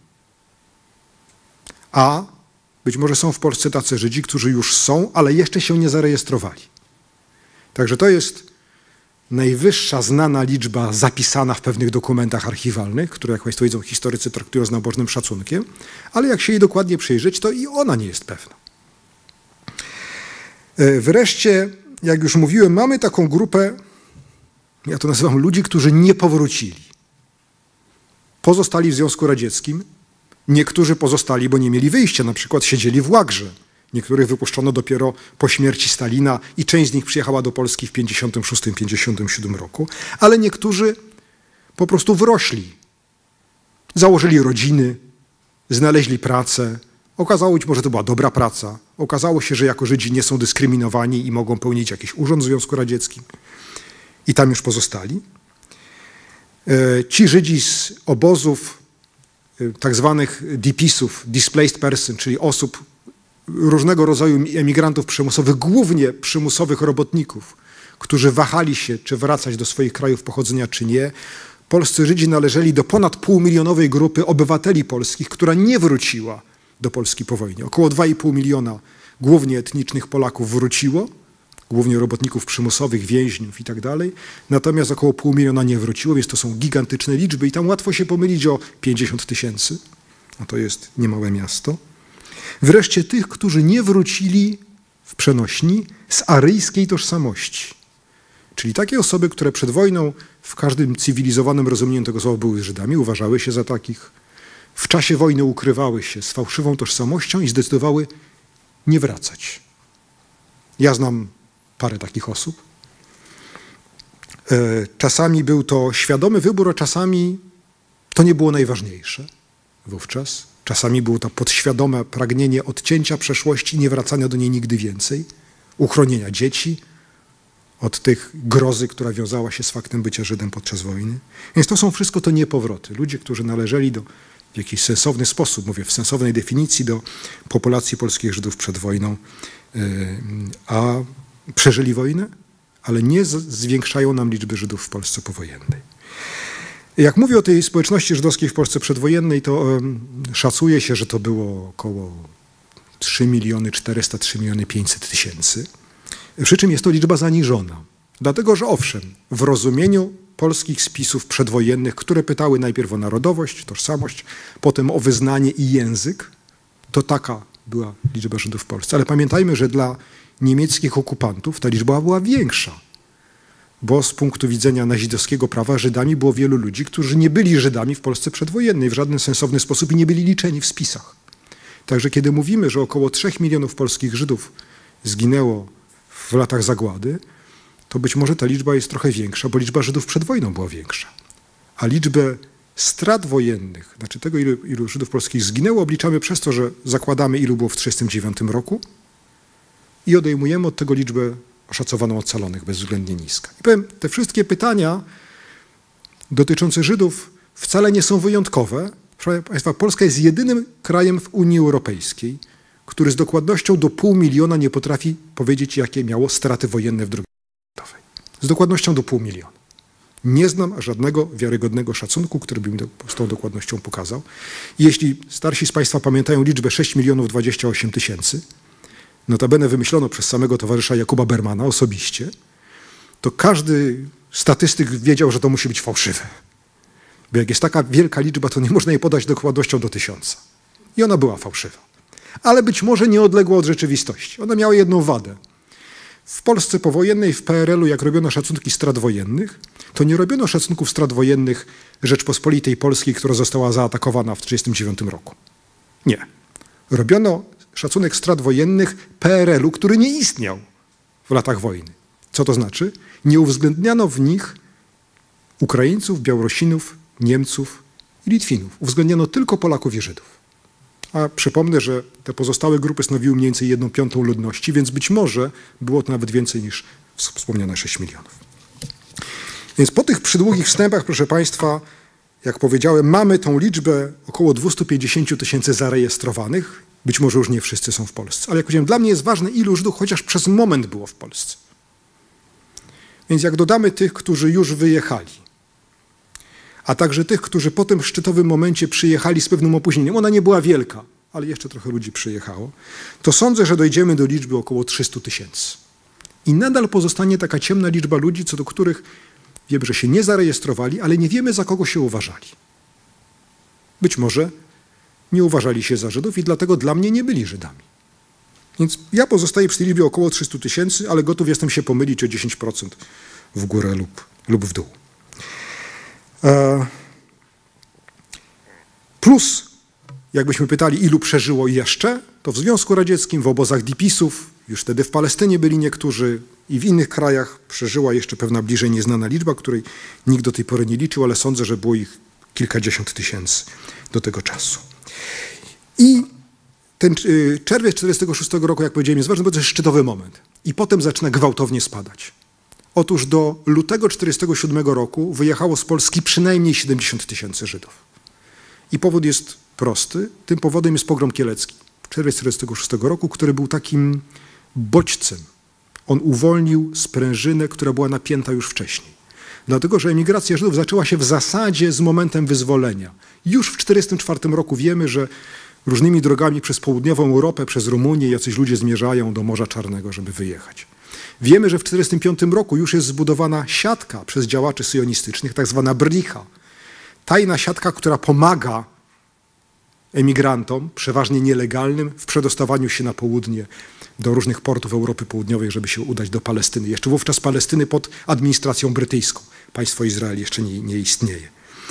A być może są w Polsce tacy Żydzi, którzy już są, ale jeszcze się nie zarejestrowali. Także to jest najwyższa znana liczba zapisana w pewnych dokumentach archiwalnych, które, jak Państwo widzą, historycy traktują z nabożnym szacunkiem, ale jak się jej dokładnie przyjrzeć, to i ona nie jest pewna. Wreszcie, jak już mówiłem, mamy taką grupę, ja to nazywam ludzi, którzy nie powrócili. Pozostali w Związku Radzieckim, niektórzy pozostali, bo nie mieli wyjścia, na przykład siedzieli w łagrze. Niektórych wypuszczono dopiero po śmierci Stalina i część z nich przyjechała do Polski w pięćdziesiątym szóstym pięćdziesiątym siódmym roku, ale niektórzy po prostu wrośli. Założyli rodziny, znaleźli pracę. Okazało się, że to była dobra praca. Okazało się, że jako Żydzi nie są dyskryminowani i mogą pełnić jakiś urząd w Związku Radzieckim. I tam już pozostali. Ci Żydzi z obozów, tak zwanych D P S-ów, Displaced Person, czyli osób, różnego rodzaju emigrantów przymusowych, głównie przymusowych robotników, którzy wahali się, czy wracać do swoich krajów pochodzenia, czy nie. Polscy Żydzi należeli do ponad półmilionowej grupy obywateli polskich, która nie wróciła do Polski po wojnie. Około dwa i pół miliona głównie etnicznych Polaków wróciło, głównie robotników przymusowych, więźniów i tak dalej. Natomiast około pół miliona nie wróciło, więc to są gigantyczne liczby i tam łatwo się pomylić o pięćdziesiąt tysięcy. A to jest niemałe miasto. Wreszcie tych, którzy nie wrócili w przenośni z aryjskiej tożsamości. Czyli takie osoby, które przed wojną w każdym cywilizowanym rozumieniu tego słowa były Żydami, uważały się za takich, w czasie wojny ukrywały się z fałszywą tożsamością i zdecydowały nie wracać. Ja znam parę takich osób. Czasami był to świadomy wybór, a czasami to nie było najważniejsze wówczas. Czasami było to podświadome pragnienie odcięcia przeszłości i nie wracania do niej nigdy więcej, uchronienia dzieci od tych grozy, która wiązała się z faktem bycia Żydem podczas wojny. Więc to są wszystko to niepowroty. Ludzie, którzy należeli do, w jakiś sensowny sposób, mówię w sensownej definicji, do populacji polskich Żydów przed wojną, a przeżyli wojnę, ale nie zwiększają nam liczby Żydów w Polsce powojennej. Jak mówię o tej społeczności żydowskiej w Polsce przedwojennej, to um, szacuje się, że to było około trzy miliony czterysta, trzy miliony pięćset tysięcy. Przy czym jest to liczba zaniżona. Dlatego, że owszem, w rozumieniu polskich spisów przedwojennych, które pytały najpierw o narodowość, tożsamość, potem o wyznanie i język, to taka była liczba Żydów w Polsce. Ale pamiętajmy, że dla niemieckich okupantów ta liczba była większa, bo z punktu widzenia nazistowskiego prawa Żydami było wielu ludzi, którzy nie byli Żydami w Polsce przedwojennej w żaden sensowny sposób i nie byli liczeni w spisach. Także kiedy mówimy, że około trzech milionów polskich Żydów zginęło w latach zagłady, to być może ta liczba jest trochę większa, bo liczba Żydów przed wojną była większa. A liczbę strat wojennych, znaczy tego, ilu, ilu Żydów polskich zginęło, obliczamy przez to, że zakładamy, ilu było w tysiąc dziewięćset trzydziestym dziewiątym roku i odejmujemy od tego liczbę oszacowaną ocalonych, bezwzględnie niska. I powiem, te wszystkie pytania dotyczące Żydów wcale nie są wyjątkowe. Proszę Państwa, Polska jest jedynym krajem w Unii Europejskiej, który z dokładnością do pół miliona nie potrafi powiedzieć, jakie miało straty wojenne w drugiej wojnie światowej. Z dokładnością do pół miliona. Nie znam żadnego wiarygodnego szacunku, który by mi z tą dokładnością pokazał. I jeśli starsi z Państwa pamiętają liczbę sześć milionów dwadzieścia osiem tysięcy, notabene wymyślono przez samego towarzysza Jakuba Bermana osobiście, to każdy statystyk wiedział, że to musi być fałszywe. Bo jak jest taka wielka liczba, to nie można jej podać dokładnością do tysiąca. I ona była fałszywa. Ale być może nie odległa od rzeczywistości. Ona miała jedną wadę. W Polsce powojennej, w P R L u, jak robiono szacunki strat wojennych, to nie robiono szacunków strat wojennych Rzeczpospolitej Polskiej, która została zaatakowana w tysiąc dziewięćset trzydziestym dziewiątym roku. Nie. Robiono szacunek strat wojennych P R L u, który nie istniał w latach wojny. Co to znaczy? Nie uwzględniano w nich Ukraińców, Białorusinów, Niemców i Litwinów. Uwzględniano tylko Polaków i Żydów. A przypomnę, że te pozostałe grupy stanowiły mniej więcej jedną piątą ludności, więc być może było to nawet więcej niż wspomniane sześć milionów. Więc po tych przydługich wstępach, proszę Państwa, jak powiedziałem, mamy tą liczbę około dwieście pięćdziesiąt tysięcy zarejestrowanych. Być może już nie wszyscy są w Polsce. Ale jak powiedziałem, dla mnie jest ważne, ilu Żydów chociaż przez moment było w Polsce. Więc jak dodamy tych, którzy już wyjechali, a także tych, którzy po tym szczytowym momencie przyjechali z pewnym opóźnieniem, ona nie była wielka, ale jeszcze trochę ludzi przyjechało, to sądzę, że dojdziemy do liczby około trzystu tysięcy. I nadal pozostanie taka ciemna liczba ludzi, co do których wiemy, że się nie zarejestrowali, ale nie wiemy, za kogo się uważali. Być może nie uważali się za Żydów i dlatego dla mnie nie byli Żydami. Więc ja pozostaję przy tej liczbie około trzystu tysięcy, ale gotów jestem się pomylić o dziesięć procent w górę lub, lub w dół. Plus, jakbyśmy pytali, ilu przeżyło jeszcze, to w Związku Radzieckim, w obozach D P S-ów, już wtedy w Palestynie byli niektórzy i w innych krajach przeżyła jeszcze pewna bliżej nieznana liczba, której nikt do tej pory nie liczył, ale sądzę, że było ich kilkadziesiąt tysięcy do tego czasu. I ten czerwiec tysiąc dziewięćset czterdziestego szóstego roku, jak powiedziałem, jest ważny, bo to jest szczytowy moment. I potem zaczyna gwałtownie spadać. Otóż do lutego tysiąc dziewięćset czterdziestego siódmego roku wyjechało z Polski przynajmniej siedemdziesiąt tysięcy Żydów. I powód jest prosty. Tym powodem jest pogrom kielecki w czerwiec tysiąc dziewięćset czterdziestego szóstego roku, który był takim bodźcem. On uwolnił sprężynę, która była napięta już wcześniej. Dlatego, że emigracja Żydów zaczęła się w zasadzie z momentem wyzwolenia. Już w tysiąc dziewięćset czterdziestym czwartym roku wiemy, że różnymi drogami przez południową Europę, przez Rumunię jacyś ludzie zmierzają do Morza Czarnego, żeby wyjechać. Wiemy, że w tysiąc dziewięćset czterdziestym piątym roku już jest zbudowana siatka przez działaczy syjonistycznych, tak zwana Bricha. Tajna siatka, która pomaga emigrantom, przeważnie nielegalnym, w przedostawaniu się na południe do różnych portów Europy Południowej, żeby się udać do Palestyny. Jeszcze wówczas Palestyny pod administracją brytyjską. Państwo Izrael jeszcze nie, nie istnieje.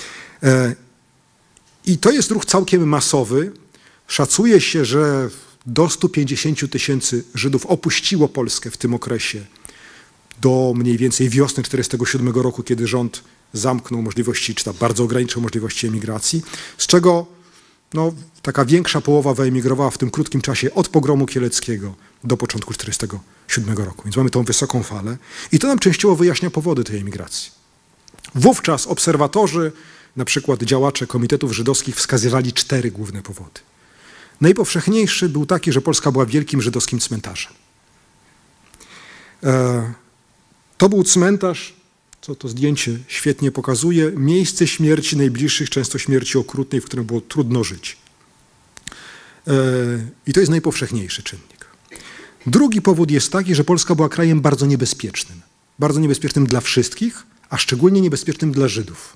I to jest ruch całkiem masowy. Szacuje się, że do stu pięćdziesięciu tysięcy Żydów opuściło Polskę w tym okresie do mniej więcej wiosny tysiąc dziewięćset czterdziestego siódmego roku, kiedy rząd zamknął możliwości, czy tam bardzo ograniczył możliwości emigracji, z czego no, taka większa połowa wyemigrowała w tym krótkim czasie od pogromu kieleckiego do początku tysiąc dziewięćset czterdziestego siódmego roku. Więc mamy tą wysoką falę i to nam częściowo wyjaśnia powody tej emigracji. Wówczas obserwatorzy, na przykład działacze komitetów żydowskich, wskazywali cztery główne powody. Najpowszechniejszy był taki, że Polska była wielkim żydowskim cmentarzem. To był cmentarz, co to zdjęcie świetnie pokazuje, miejsce śmierci najbliższych, często śmierci okrutnej, w którym było trudno żyć. I to jest najpowszechniejszy czynnik. Drugi powód jest taki, że Polska była krajem bardzo niebezpiecznym. Bardzo niebezpiecznym dla wszystkich, a szczególnie niebezpiecznym dla Żydów.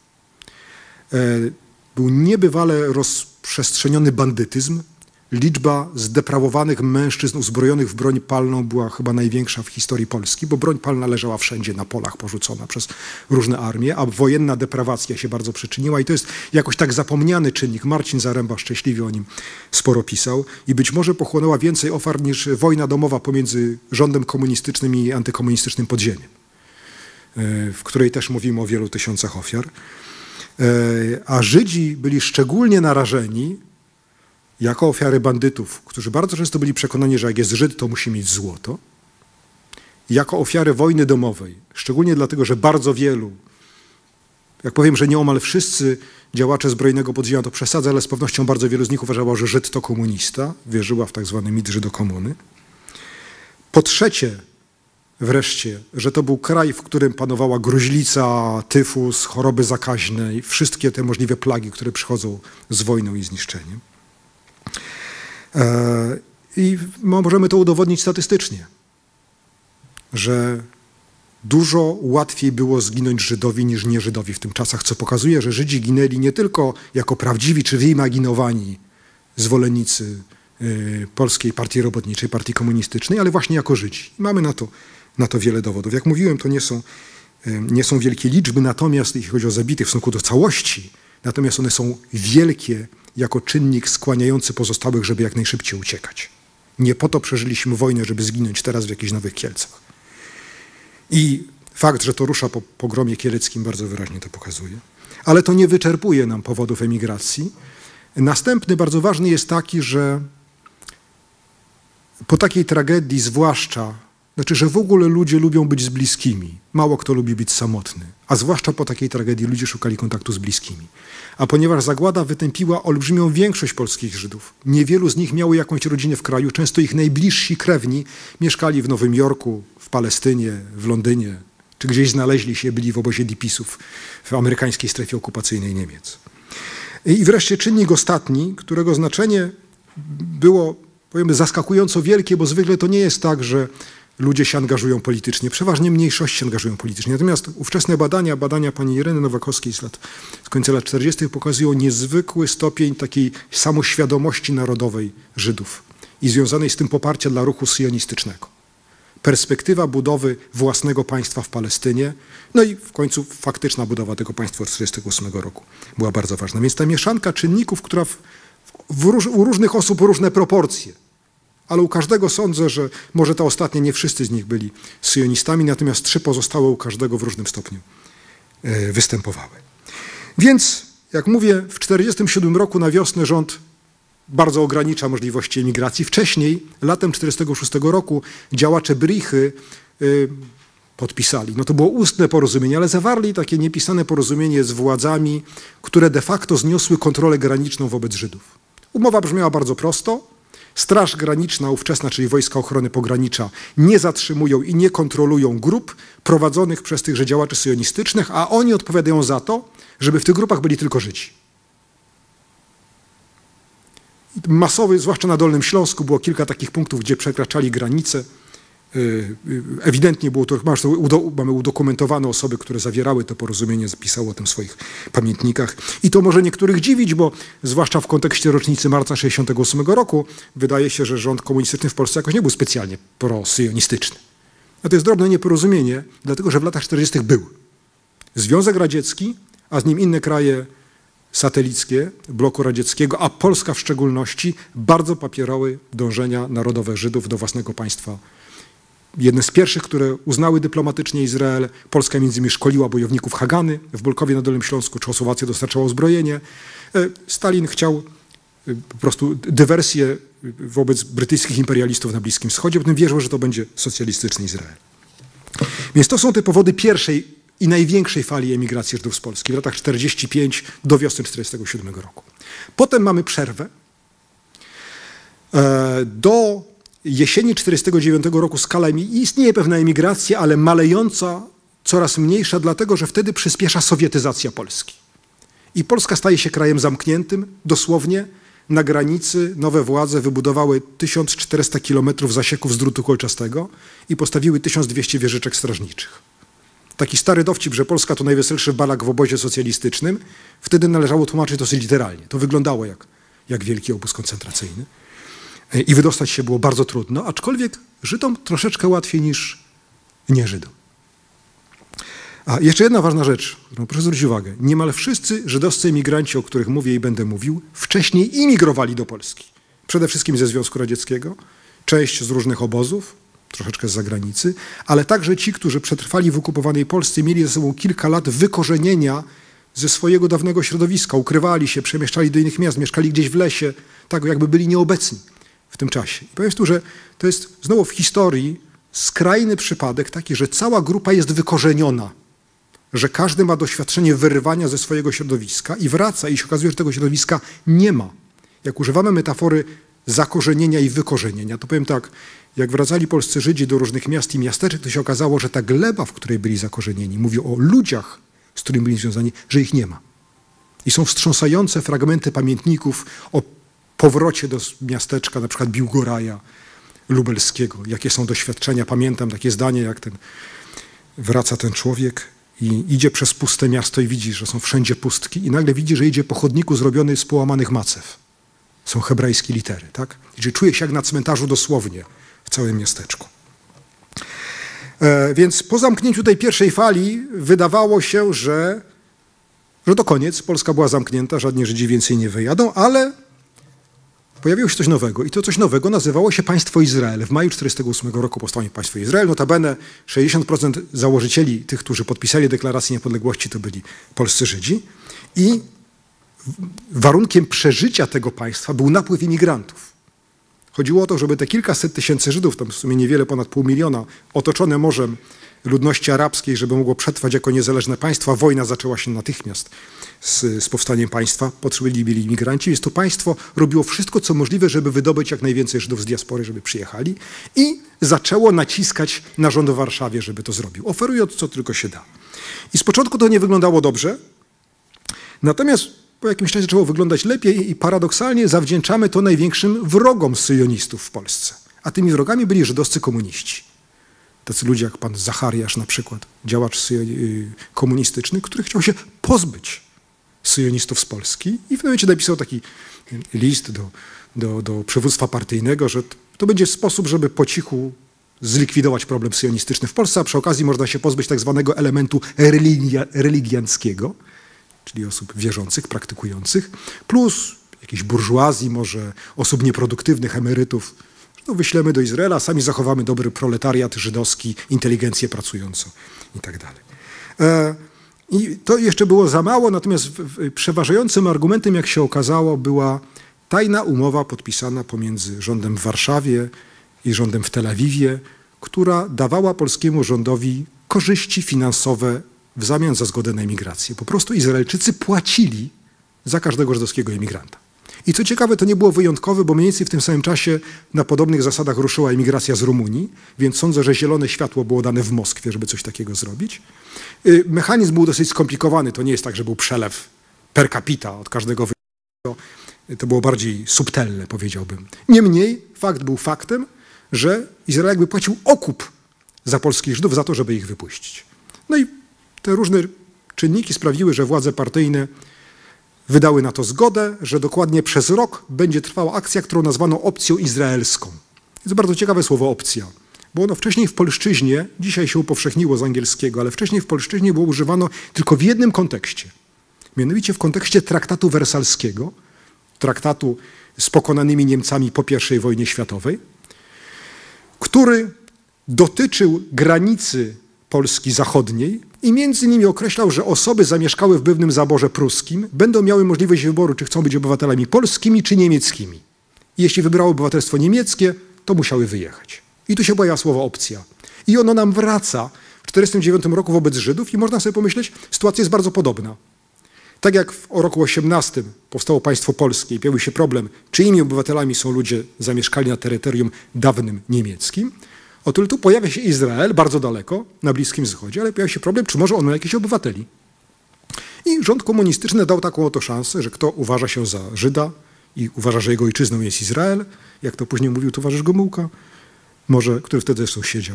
Był niebywale rozprzestrzeniony bandytyzm. Liczba zdeprawowanych mężczyzn uzbrojonych w broń palną była chyba największa w historii Polski, bo broń palna leżała wszędzie na polach porzucona przez różne armie, a wojenna deprawacja się bardzo przyczyniła i to jest jakoś tak zapomniany czynnik. Marcin Zaręba szczęśliwie o nim sporo pisał i być może pochłonęła więcej ofiar niż wojna domowa pomiędzy rządem komunistycznym i antykomunistycznym podziemiem, w której też mówimy o wielu tysiącach ofiar. A Żydzi byli szczególnie narażeni jako ofiary bandytów, którzy bardzo często byli przekonani, że jak jest Żyd, to musi mieć złoto. Jako ofiary wojny domowej, szczególnie dlatego, że bardzo wielu, jak powiem, że nieomal wszyscy działacze zbrojnego podziemia, to przesadzę, ale z pewnością bardzo wielu z nich uważało, że Żyd to komunista, wierzyła w tak zwany mit Żydokomuny. Po trzecie, wreszcie, że to był kraj, w którym panowała gruźlica, tyfus, choroby zakaźne i wszystkie te możliwe plagi, które przychodzą z wojną i zniszczeniem. I możemy to udowodnić statystycznie, że dużo łatwiej było zginąć Żydowi niż nie Żydowi w tym czasach, co pokazuje, że Żydzi ginęli nie tylko jako prawdziwi czy wyimaginowani zwolennicy Polskiej Partii Robotniczej, Partii Komunistycznej, ale właśnie jako Żydzi. I mamy na to, na to wiele dowodów. Jak mówiłem, to nie są, nie są wielkie liczby, natomiast jeśli chodzi o zabitych w stosunku do całości, natomiast one są wielkie jako czynnik skłaniający pozostałych, żeby jak najszybciej uciekać. Nie po to przeżyliśmy wojnę, żeby zginąć teraz w jakichś Nowych Kielcach. I fakt, że to rusza po pogromie kieleckim, bardzo wyraźnie to pokazuje. Ale to nie wyczerpuje nam powodów emigracji. Następny, bardzo ważny jest taki, że po takiej tragedii zwłaszcza, znaczy, że w ogóle ludzie lubią być z bliskimi. Mało kto lubi być samotny. A zwłaszcza po takiej tragedii ludzie szukali kontaktu z bliskimi. A ponieważ zagłada wytępiła olbrzymią większość polskich Żydów, niewielu z nich miało jakąś rodzinę w kraju, często ich najbliżsi krewni mieszkali w Nowym Jorku, w Palestynie, w Londynie, czy gdzieś znaleźli się, byli w obozie Dipisów w amerykańskiej strefie okupacyjnej Niemiec. I wreszcie czynnik ostatni, którego znaczenie było, powiemy, zaskakująco wielkie, bo zwykle to nie jest tak, że ludzie się angażują politycznie, przeważnie mniejszości się angażują politycznie. Natomiast ówczesne badania, badania pani Ireny Nowakowskiej z, lat, z końca lat czterdziestych pokazują niezwykły stopień takiej samoświadomości narodowej Żydów i związanej z tym poparcia dla ruchu syjonistycznego. Perspektywa budowy własnego państwa w Palestynie, no i w końcu faktyczna budowa tego państwa od tysiąc dziewięćset trzydziestego ósmego roku była bardzo ważna. Więc ta mieszanka czynników, która w, w róż, u różnych osób różne proporcje, ale u każdego sądzę, że może te ostatnie, nie wszyscy z nich byli syjonistami, natomiast trzy pozostałe u każdego w różnym stopniu występowały. Więc, jak mówię, w tysiąc dziewięćset czterdziestym siódmym roku na wiosnę rząd bardzo ogranicza możliwości emigracji. Wcześniej, latem tysiąc dziewięćset czterdziestego szóstego roku, działacze Brychy y, podpisali. No to było ustne porozumienie, ale zawarli takie niepisane porozumienie z władzami, które de facto zniosły kontrolę graniczną wobec Żydów. Umowa brzmiała bardzo prosto. Straż Graniczna ówczesna, czyli Wojska Ochrony Pogranicza, nie zatrzymują i nie kontrolują grup prowadzonych przez tychże działaczy syjonistycznych, a oni odpowiadają za to, żeby w tych grupach byli tylko Żydzi. Masowy, zwłaszcza na Dolnym Śląsku, było kilka takich punktów, gdzie przekraczali granice Ewidentnie było to, mamy udokumentowane osoby, które zawierały to porozumienie, zapisały o tym w swoich pamiętnikach. I to może niektórych dziwić, bo zwłaszcza w kontekście rocznicy marca sześćdziesiątego ósmego roku wydaje się, że rząd komunistyczny w Polsce jakoś nie był specjalnie prosyjonistyczny. A to jest drobne nieporozumienie, dlatego że w latach czterdziestych był Związek Radziecki, a z nim inne kraje satelickie bloku radzieckiego, a Polska w szczególności, bardzo popierały dążenia narodowe Żydów do własnego państwa. Jedne z pierwszych, które uznały dyplomatycznie Izrael. Polska między innymi szkoliła bojowników Hagany w Bolkowie na Dolnym Śląsku, Czechosłowacja dostarczała uzbrojenie. Stalin chciał po prostu dywersję wobec brytyjskich imperialistów na Bliskim Wschodzie, potem wierzył, że to będzie socjalistyczny Izrael. Więc to są te powody pierwszej i największej fali emigracji Żydów z Polski w latach czterdziestego piątego do wiosny czterdziestego siódmego roku. Potem mamy przerwę. Do jesieni czterdziestego dziewiątego roku skala istnieje pewna emigracja, ale malejąca, coraz mniejsza, dlatego że wtedy przyspiesza sowietyzacja Polski. I Polska staje się krajem zamkniętym, dosłownie. Na granicy nowe władze wybudowały tysiąc czterysta kilometrów zasieków z drutu kolczastego i postawiły tysiąc dwieście wieżyczek strażniczych. Taki stary dowcip, że Polska to najweselszy balak w obozie socjalistycznym, wtedy należało tłumaczyć dosyć literalnie. To wyglądało jak, jak wielki obóz koncentracyjny. I wydostać się było bardzo trudno, aczkolwiek Żydom troszeczkę łatwiej niż nie Żydom. A jeszcze jedna ważna rzecz, którą proszę zwrócić uwagę. Niemal wszyscy żydowscy emigranci, o których mówię i będę mówił, wcześniej imigrowali do Polski. Przede wszystkim ze Związku Radzieckiego, część z różnych obozów, troszeczkę z zagranicy, ale także ci, którzy przetrwali w okupowanej Polsce, mieli ze sobą kilka lat wykorzenienia ze swojego dawnego środowiska, ukrywali się, przemieszczali do innych miast, mieszkali gdzieś w lesie, tak jakby byli nieobecni w tym czasie. I powiem tu, że to jest znowu w historii skrajny przypadek taki, że cała grupa jest wykorzeniona, że każdy ma doświadczenie wyrywania ze swojego środowiska i wraca i się okazuje, że tego środowiska nie ma. Jak używamy metafory zakorzenienia i wykorzenienia, to powiem tak, jak wracali polscy Żydzi do różnych miast i miasteczek, to się okazało, że ta gleba, w której byli zakorzenieni, mówię o ludziach, z którymi byli związani, że ich nie ma. I są wstrząsające fragmenty pamiętników o powrocie do miasteczka, na przykład Biłgoraja lubelskiego. Jakie są doświadczenia. Pamiętam takie zdanie, jak ten wraca ten człowiek i idzie przez puste miasto i widzi, że są wszędzie pustki i nagle widzi, że idzie po chodniku zrobiony z połamanych macew. Są hebrajskie litery, tak? I że czuje się jak na cmentarzu dosłownie w całym miasteczku. E, więc po zamknięciu tej pierwszej fali wydawało się, że, że to koniec. Polska była zamknięta, żadni Żydzi więcej nie wyjadą, ale pojawiło się coś nowego i to coś nowego nazywało się Państwo Izrael. W maju czterdziestego ósmego roku powstało Państwo Izrael. Notabene sześćdziesiąt procent założycieli, tych, którzy podpisali deklarację niepodległości, to byli polscy Żydzi i warunkiem przeżycia tego państwa był napływ imigrantów. Chodziło o to, żeby te kilkaset tysięcy Żydów, tam w sumie niewiele ponad pół miliona, otoczone morzem ludności arabskiej, żeby mogło przetrwać jako niezależne państwo, a wojna zaczęła się natychmiast z, z powstaniem państwa, potrzebowali byli imigranci, więc to państwo robiło wszystko, co możliwe, żeby wydobyć jak najwięcej Żydów z diaspory, żeby przyjechali i zaczęło naciskać na rząd w Warszawie, żeby to zrobił, oferując co tylko się da. I z początku to nie wyglądało dobrze, natomiast po jakimś czasie zaczęło wyglądać lepiej i paradoksalnie zawdzięczamy to największym wrogom syjonistów w Polsce. A tymi wrogami byli żydowscy komuniści. Tacy ludzie jak pan Zachariasz na przykład, działacz komunistyczny, który chciał się pozbyć syjonistów z Polski i w pewnym momencie napisał taki list do, do, do przywództwa partyjnego, że to będzie sposób, żeby po cichu zlikwidować problem syjonistyczny w Polsce, a przy okazji można się pozbyć tak zwanego elementu religia, religianckiego, czyli osób wierzących, praktykujących, plus jakiejś burżuazji, może osób nieproduktywnych, emerytów. No, wyślemy do Izraela, sami zachowamy dobry proletariat żydowski, inteligencję pracującą i tak dalej. E, I to jeszcze było za mało, natomiast w, w, przeważającym argumentem, jak się okazało, była tajna umowa podpisana pomiędzy rządem w Warszawie i rządem w Tel Awiwie, która dawała polskiemu rządowi korzyści finansowe w zamian za zgodę na emigrację. Po prostu Izraelczycy płacili za każdego żydowskiego emigranta. I co ciekawe, to nie było wyjątkowe, bo mniej więcej w tym samym czasie na podobnych zasadach ruszyła emigracja z Rumunii, więc sądzę, że zielone światło było dane w Moskwie, żeby coś takiego zrobić. Mechanizm był dosyć skomplikowany. To nie jest tak, że był przelew per capita od każdego wyjazdu. To było bardziej subtelne, powiedziałbym. Niemniej fakt był faktem, że Izrael jakby płacił okup za polskich Żydów, za to, żeby ich wypuścić. No i te różne czynniki sprawiły, że władze partyjne wydały na to zgodę, że dokładnie przez rok będzie trwała akcja, którą nazwano opcją izraelską. Jest bardzo ciekawe słowo opcja, bo ono wcześniej w polszczyźnie, dzisiaj się upowszechniło z angielskiego, ale wcześniej w polszczyźnie było używano tylko w jednym kontekście. Mianowicie w kontekście traktatu wersalskiego, traktatu z pokonanymi Niemcami po pierwszej wojnie światowej, który dotyczył granicy Polski zachodniej i między innymi określał, że osoby zamieszkałe w pewnym zaborze pruskim będą miały możliwość wyboru, czy chcą być obywatelami polskimi, czy niemieckimi. I jeśli wybrały obywatelstwo niemieckie, to musiały wyjechać. I tu się pojawia słowo opcja. I ono nam wraca w tysiąc dziewięćset czterdziestym dziewiątym roku wobec Żydów i można sobie pomyśleć, sytuacja jest bardzo podobna. Tak jak w roku osiemnastym powstało państwo polskie i pojawił się problem, czyimi obywatelami są ludzie zamieszkali na terytorium dawnym niemieckim, o tyle tu pojawia się Izrael, bardzo daleko, na Bliskim Wschodzie, ale pojawia się problem, czy może on ma jakichś obywateli. I rząd komunistyczny dał taką oto szansę, że kto uważa się za Żyda i uważa, że jego ojczyzną jest Izrael, jak to później mówił towarzysz Gomułka, może, który wtedy zresztą siedział,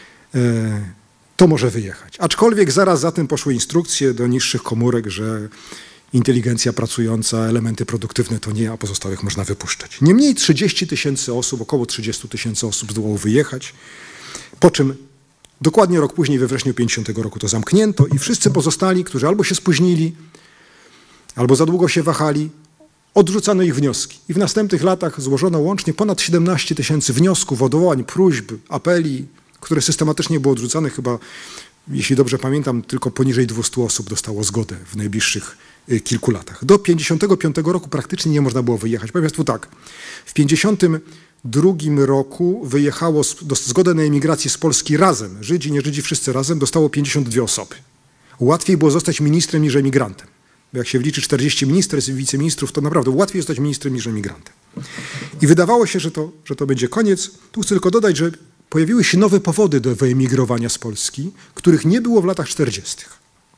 to może wyjechać. Aczkolwiek zaraz za tym poszły instrukcje do niższych komórek, że inteligencja pracująca, elementy produktywne to nie, a pozostałych można wypuszczać. Niemniej trzydzieści tysięcy osób, około trzydzieści tysięcy osób zdołało wyjechać, po czym dokładnie rok później, we wrześniu pięćdziesiątego roku to zamknięto i wszyscy pozostali, którzy albo się spóźnili, albo za długo się wahali, odrzucano ich wnioski. I w następnych latach złożono łącznie ponad siedemnaście tysięcy wniosków, odwołań, próśb, apeli, które systematycznie były odrzucane. Chyba, jeśli dobrze pamiętam, tylko poniżej dwieście osób dostało zgodę w najbliższych kilku latach. Do pięćdziesiątego piątego roku praktycznie nie można było wyjechać. Powiem Państwu tak, w pięćdziesiątym drugim roku wyjechało zgodę na emigrację z Polski razem, Żydzi, nie Żydzi, wszyscy razem, dostało pięćdziesiąt dwie osoby. Łatwiej było zostać ministrem niż emigrantem. Bo jak się wliczy czterdzieści ministerstw i wiceministrów, to naprawdę łatwiej zostać ministrem niż emigrantem. I wydawało się, że to, że to będzie koniec. Tu chcę tylko dodać, że pojawiły się nowe powody do wyemigrowania z Polski, których nie było w latach czterdziestych.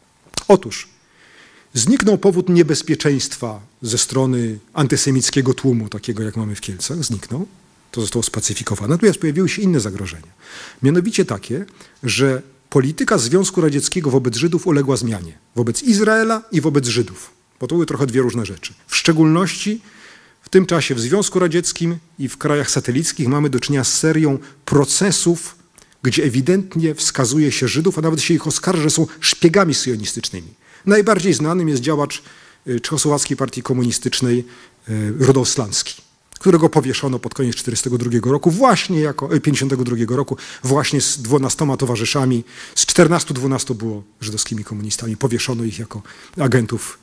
Otóż zniknął powód niebezpieczeństwa ze strony antysemickiego tłumu, takiego jak mamy w Kielcach, zniknął. To zostało spacyfikowane. Natomiast pojawiły się inne zagrożenia. Mianowicie takie, że polityka Związku Radzieckiego wobec Żydów uległa zmianie. Wobec Izraela i wobec Żydów. Bo to były trochę dwie różne rzeczy. W szczególności w tym czasie w Związku Radzieckim i w krajach satelickich mamy do czynienia z serią procesów, gdzie ewidentnie wskazuje się Żydów, a nawet się ich oskarża, że są szpiegami syjonistycznymi. Najbardziej znanym jest działacz Czechosłowackiej Partii Komunistycznej Rudolf Slanski, którego powieszono pod koniec czterdziestego drugiego roku, właśnie jako, pięćdziesiątego drugiego roku, właśnie z dwunastoma towarzyszami, z czternastu dwunastu było żydowskimi komunistami, powieszono ich jako agentów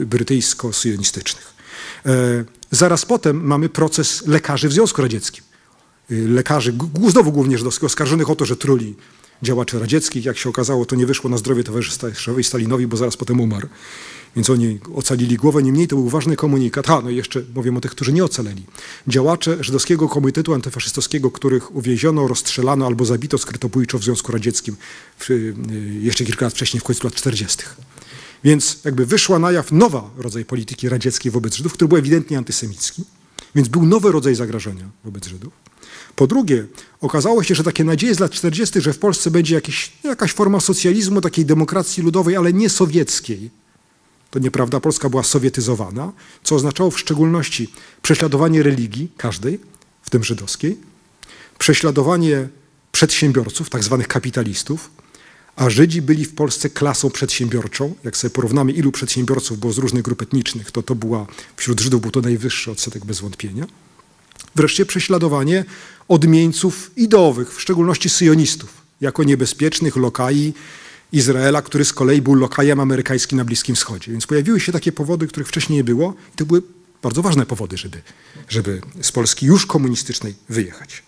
brytyjsko-syjonistycznych. E, zaraz potem mamy proces lekarzy w Związku Radzieckim. Lekarzy, znowu głównie żydowskich, oskarżonych o to, że truli działaczy radzieckich. Jak się okazało, to nie wyszło na zdrowie towarzyszowi Stalinowi, bo zaraz potem umarł. Więc oni ocalili głowę. Niemniej to był ważny komunikat. Ha, no i jeszcze mówię o tych, którzy nie ocaleli. Działacze Żydowskiego Komitetu Antyfaszystowskiego, których uwięziono, rozstrzelano albo zabito skrytobójczo w Związku Radzieckim w, jeszcze kilka lat wcześniej, w końcu lat czterdziestych. Więc jakby wyszła na jaw nowa rodzaj polityki radzieckiej wobec Żydów, który był ewidentnie antysemicki. Więc był nowy rodzaj zagrożenia wobec Żydów. Po drugie, okazało się, że takie nadzieje z lat czterdziestych, że w Polsce będzie jakiś, jakaś forma socjalizmu, takiej demokracji ludowej, ale nie sowieckiej. To nieprawda, Polska była sowietyzowana, co oznaczało w szczególności prześladowanie religii, każdej, w tym żydowskiej, prześladowanie przedsiębiorców, tak zwanych kapitalistów, a Żydzi byli w Polsce klasą przedsiębiorczą. Jak sobie porównamy, ilu przedsiębiorców było z różnych grup etnicznych, to to była, wśród Żydów był to najwyższy odsetek bez wątpienia. Wreszcie prześladowanie odmieńców ideowych, w szczególności syjonistów, jako niebezpiecznych lokai Izraela, który z kolei był lokajem amerykańskim na Bliskim Wschodzie. Więc pojawiły się takie powody, których wcześniej nie było i to były bardzo ważne powody, żeby, żeby z Polski już komunistycznej wyjechać.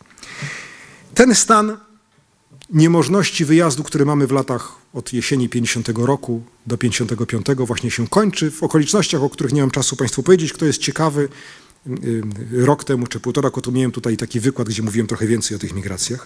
Ten stan niemożności wyjazdu, który mamy w latach od jesieni pięćdziesiątego roku do pięćdziesiątego piątego właśnie się kończy w okolicznościach, o których nie mam czasu Państwu powiedzieć. Kto jest ciekawy, rok temu czy półtora roku temu miałem tutaj taki wykład, gdzie mówiłem trochę więcej o tych migracjach.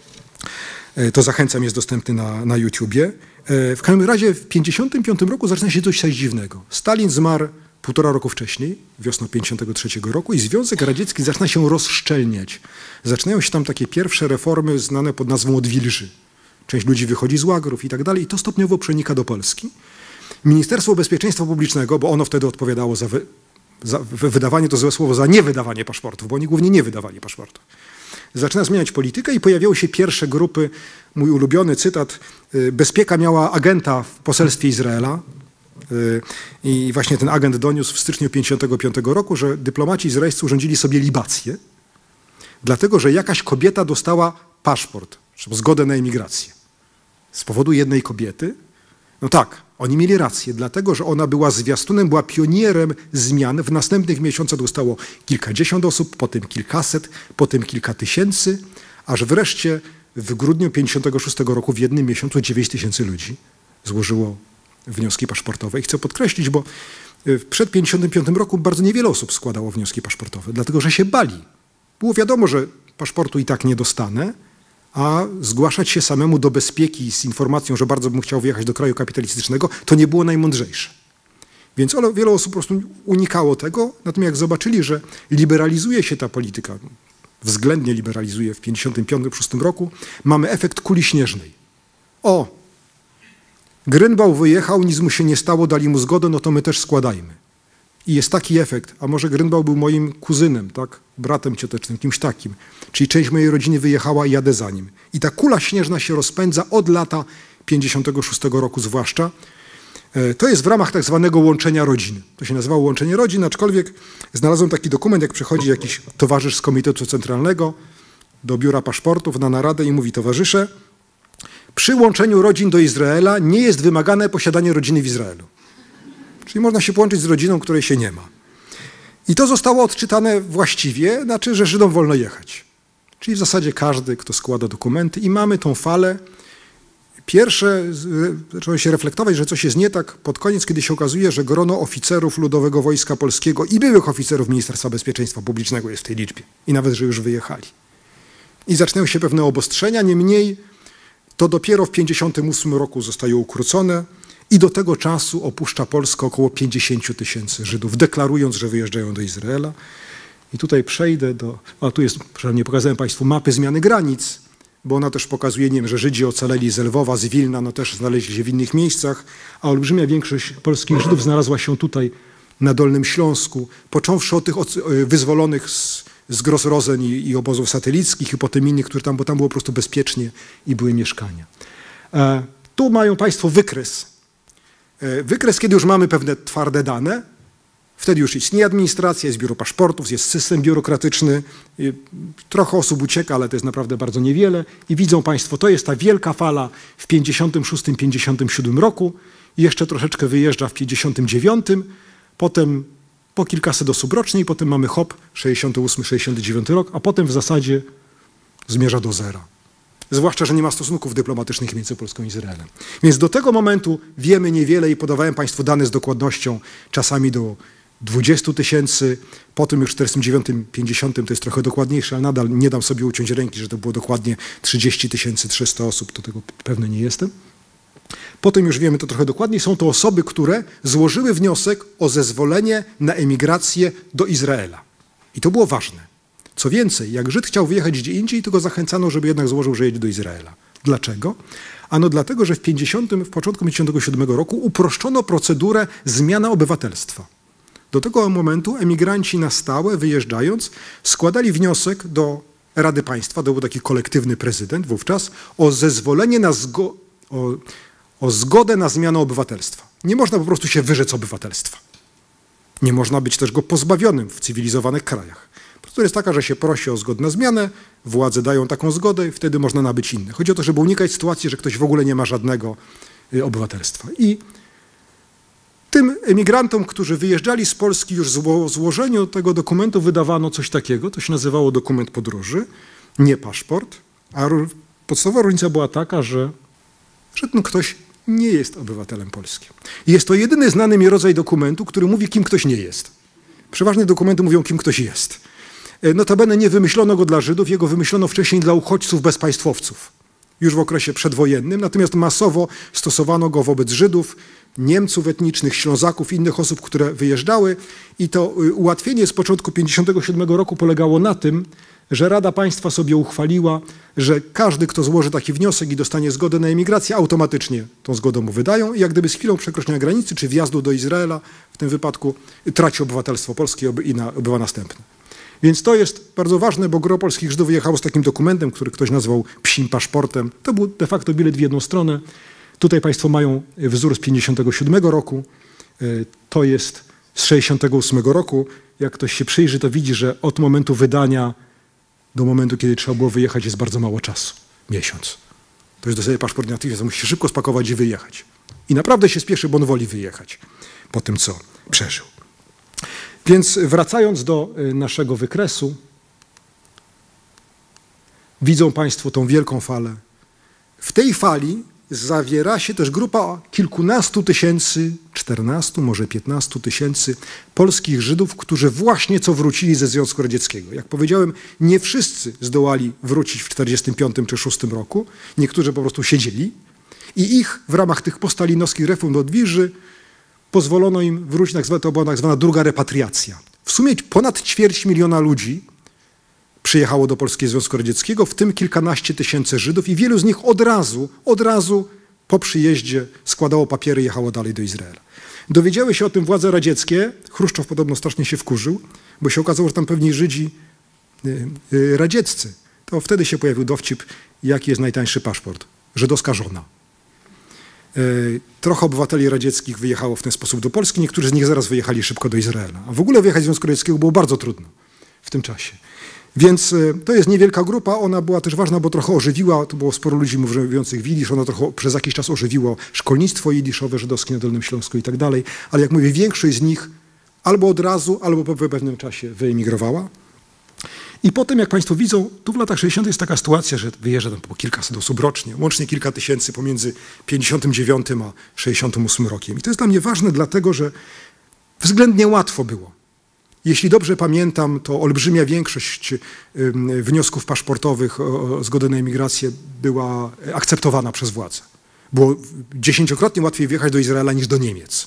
To zachęcam, jest dostępny na, na YouTubie. W każdym razie w pięćdziesiątym piątym roku zaczyna się coś dziwnego. Stalin zmarł półtora roku wcześniej, wiosną pięćdziesiątego trzeciego roku, i Związek Radziecki zaczyna się rozszczelniać. Zaczynają się tam takie pierwsze reformy znane pod nazwą odwilży. Część ludzi wychodzi z łagrów i tak dalej, i to stopniowo przenika do Polski. Ministerstwo Bezpieczeństwa Publicznego, bo ono wtedy odpowiadało za, wy, za wydawanie, to złe słowo, za niewydawaniu paszportów, bo oni głównie nie wydawali paszportów. Zaczyna zmieniać politykę i pojawiały się pierwsze grupy, mój ulubiony cytat, bezpieka miała agenta w poselstwie Izraela i właśnie ten agent doniósł w styczniu pięćdziesiątego piątego roku, że dyplomaci izraelscy urządzili sobie libację, dlatego że jakaś kobieta dostała paszport, zgodę na emigrację. Z powodu jednej kobiety? No tak, oni mieli rację, dlatego że ona była zwiastunem, była pionierem zmian. W następnych miesiącach dostało kilkadziesiąt osób, potem kilkaset, potem kilka tysięcy, aż wreszcie w grudniu pięćdziesiątego szóstego roku w jednym miesiącu dziewięć tysięcy ludzi złożyło wnioski paszportowe. I chcę podkreślić, bo przed pięćdziesiątym piątym roku bardzo niewiele osób składało wnioski paszportowe, dlatego że się bali. Było wiadomo, że paszportu i tak nie dostanę, a zgłaszać się samemu do bezpieki z informacją, że bardzo bym chciał wyjechać do kraju kapitalistycznego, to nie było najmądrzejsze. Więc wiele osób po prostu unikało tego, natomiast jak zobaczyli, że liberalizuje się ta polityka, względnie liberalizuje w pięćdziesiątym piątym szóstym roku, mamy efekt kuli śnieżnej. O, Grynbał wyjechał, nic mu się nie stało, dali mu zgodę, no to my też składajmy. I jest taki efekt, a może Grynbał był moim kuzynem, tak, bratem ciotecznym, kimś takim. Czyli część mojej rodziny wyjechała i jadę za nim. I ta kula śnieżna się rozpędza od lata pięćdziesiątego szóstego roku zwłaszcza. To jest w ramach tak zwanego łączenia rodzin. To się nazywało łączenie rodzin, aczkolwiek znalazłem taki dokument, jak przychodzi jakiś towarzysz z Komitetu Centralnego do biura paszportów na naradę i mówi: towarzysze, przy łączeniu rodzin do Izraela nie jest wymagane posiadanie rodziny w Izraelu. Czyli można się połączyć z rodziną, której się nie ma. I to zostało odczytane właściwie, znaczy, że Żydom wolno jechać. Czyli w zasadzie każdy, kto składa dokumenty, i mamy tą falę. Pierwsze zaczęło się reflektować, że coś jest nie tak pod koniec, kiedy się okazuje, że grono oficerów Ludowego Wojska Polskiego i byłych oficerów Ministerstwa Bezpieczeństwa Publicznego jest w tej liczbie. I nawet, że już wyjechali. I zaczynają się pewne obostrzenia, niemniej to dopiero w pięćdziesiątym ósmym roku zostaje ukrócone i do tego czasu opuszcza Polskę około pięćdziesiąt tysięcy Żydów, deklarując, że wyjeżdżają do Izraela. I tutaj przejdę do, a tu jest, przynajmniej pokazałem Państwu mapy zmiany granic, bo ona też pokazuje, nie wiem, że Żydzi ocaleli z Lwowa, z Wilna, no też znaleźli się w innych miejscach, a olbrzymia większość polskich Żydów znalazła się tutaj na Dolnym Śląsku, począwszy od tych wyzwolonych z, z Gross-Rosen i, i obozów satelickich i potem innych, które tam, bo tam było po prostu bezpiecznie i były mieszkania. E, tu mają Państwo wykres. E, wykres, kiedy już mamy pewne twarde dane. Wtedy już istnieje administracja, jest biuro paszportów, jest system biurokratyczny. Trochę osób ucieka, ale to jest naprawdę bardzo niewiele. I widzą Państwo, to jest ta wielka fala w pięćdziesiątym szóstym pięćdziesiątym siódmym roku. I jeszcze troszeczkę wyjeżdża w pięćdziesiątym dziewiątym. Potem po kilkaset osób rocznie i potem mamy hop, sześćdziesiąty ósmy sześćdziesiąty dziewiąty rok, a potem w zasadzie zmierza do zera. Zwłaszcza, że nie ma stosunków dyplomatycznych między Polską i Izraelem. Więc do tego momentu wiemy niewiele i podawałem Państwu dane z dokładnością czasami do dwudziestu tysięcy, potem już w czterdziestym dziewiątym, pięćdziesiątym to jest trochę dokładniejsze, ale nadal nie dam sobie uciąć ręki, że to było dokładnie trzydzieści tysięcy trzysta osób, do tego pewny nie jestem. Potem już wiemy to trochę dokładniej, są to osoby, które złożyły wniosek o zezwolenie na emigrację do Izraela. I to było ważne. Co więcej, jak Żyd chciał wyjechać gdzie indziej, to go zachęcano, żeby jednak złożył, że jedzie do Izraela. Dlaczego? Ano dlatego, że w pięćdziesiątym, w początku pięćdziesiątego siódmego roku uproszczono procedurę zmiany obywatelstwa. Do tego momentu emigranci na stałe, wyjeżdżając, składali wniosek do Rady Państwa, to był taki kolektywny prezydent wówczas, o zezwolenie na zgo o, o zgodę na zmianę obywatelstwa. Nie można po prostu się wyrzec obywatelstwa. Nie można być też go pozbawionym w cywilizowanych krajach. Procedura jest taka, że się prosi o zgodę na zmianę, władze dają taką zgodę i wtedy można nabyć inne. Chodzi o to, żeby unikać sytuacji, że ktoś w ogóle nie ma żadnego y, obywatelstwa. I tym emigrantom, którzy wyjeżdżali z Polski, już zło, złożeniu tego dokumentu wydawano coś takiego, to się nazywało dokument podróży, nie paszport, a podstawowa różnica była taka, że, że ten ktoś nie jest obywatelem polskim. I jest to jedyny znany mi rodzaj dokumentu, który mówi, kim ktoś nie jest. Przeważnie dokumenty mówią, kim ktoś jest. Notabene nie wymyślono go dla Żydów, jego wymyślono wcześniej dla uchodźców bezpaństwowców, już w okresie przedwojennym, natomiast masowo stosowano go wobec Żydów. Niemców etnicznych, Ślązaków, innych osób, które wyjeżdżały. I to ułatwienie z początku pięćdziesiątego siódmego roku polegało na tym, że Rada Państwa sobie uchwaliła, że każdy, kto złoży taki wniosek i dostanie zgodę na emigrację, automatycznie tą zgodę mu wydają i jak gdyby z chwilą przekroczenia granicy czy wjazdu do Izraela, w tym wypadku traci obywatelstwo polskie i nabywa następne. Więc to jest bardzo ważne, bo gro polskich Żydów wyjechało z takim dokumentem, który ktoś nazwał psim paszportem. To był de facto bilet w jedną stronę. Tutaj Państwo mają wzór z pięćdziesiątego siódmego roku. To jest z sześćdziesiątego ósmego roku. Jak ktoś się przyjrzy, to widzi, że od momentu wydania do momentu, kiedy trzeba było wyjechać, jest bardzo mało czasu. Miesiąc. To jest dostaje paszport natychmiast, musi się szybko spakować i wyjechać. I naprawdę się spieszy, bo on woli wyjechać po tym, co przeżył. Więc wracając do naszego wykresu, widzą Państwo tą wielką falę. W tej fali zawiera się też grupa kilkunastu tysięcy, czternastu, może piętnastu tysięcy polskich Żydów, którzy właśnie co wrócili ze Związku Radzieckiego. Jak powiedziałem, nie wszyscy zdołali wrócić w czterdziestym piątym czy szóstym roku. Niektórzy po prostu siedzieli i ich w ramach tych postalinowskich reform do odwilży pozwolono im wrócić, to była tak zwana druga repatriacja. W sumie ponad ćwierć miliona ludzi przyjechało do Polskiego Związku Radzieckiego, w tym kilkanaście tysięcy Żydów i wielu z nich od razu, od razu po przyjeździe składało papiery i jechało dalej do Izraela. Dowiedziały się o tym władze radzieckie, Chruszczow podobno strasznie się wkurzył, bo się okazało, że tam pewni Żydzi y, y, radzieccy. To wtedy się pojawił dowcip, jaki jest najtańszy paszport. Żydowska żona. Y, trochę obywateli radzieckich wyjechało w ten sposób do Polski, niektórzy z nich zaraz wyjechali szybko do Izraela. A w ogóle wyjechać z Związku Radzieckiego było bardzo trudno w tym czasie. Więc to jest niewielka grupa, ona była też ważna, bo trochę ożywiła, to było sporo ludzi mówiących w jidysz, ona trochę przez jakiś czas ożywiło szkolnictwo jidyszowe żydowskie na Dolnym Śląsku i tak dalej, ale jak mówię, większość z nich albo od razu, albo po pewnym czasie wyemigrowała. I potem, jak Państwo widzą, tu w latach sześćdziesiątych jest taka sytuacja, że wyjeżdża tam po kilkaset osób rocznie, łącznie kilka tysięcy pomiędzy pięćdziesiątym dziewiątym a sześćdziesiątym ósmym rokiem. I to jest dla mnie ważne, dlatego że względnie łatwo było. Jeśli dobrze pamiętam, to olbrzymia większość wniosków paszportowych o zgodę na emigrację była akceptowana przez władze. Było dziesięciokrotnie łatwiej wjechać do Izraela niż do Niemiec.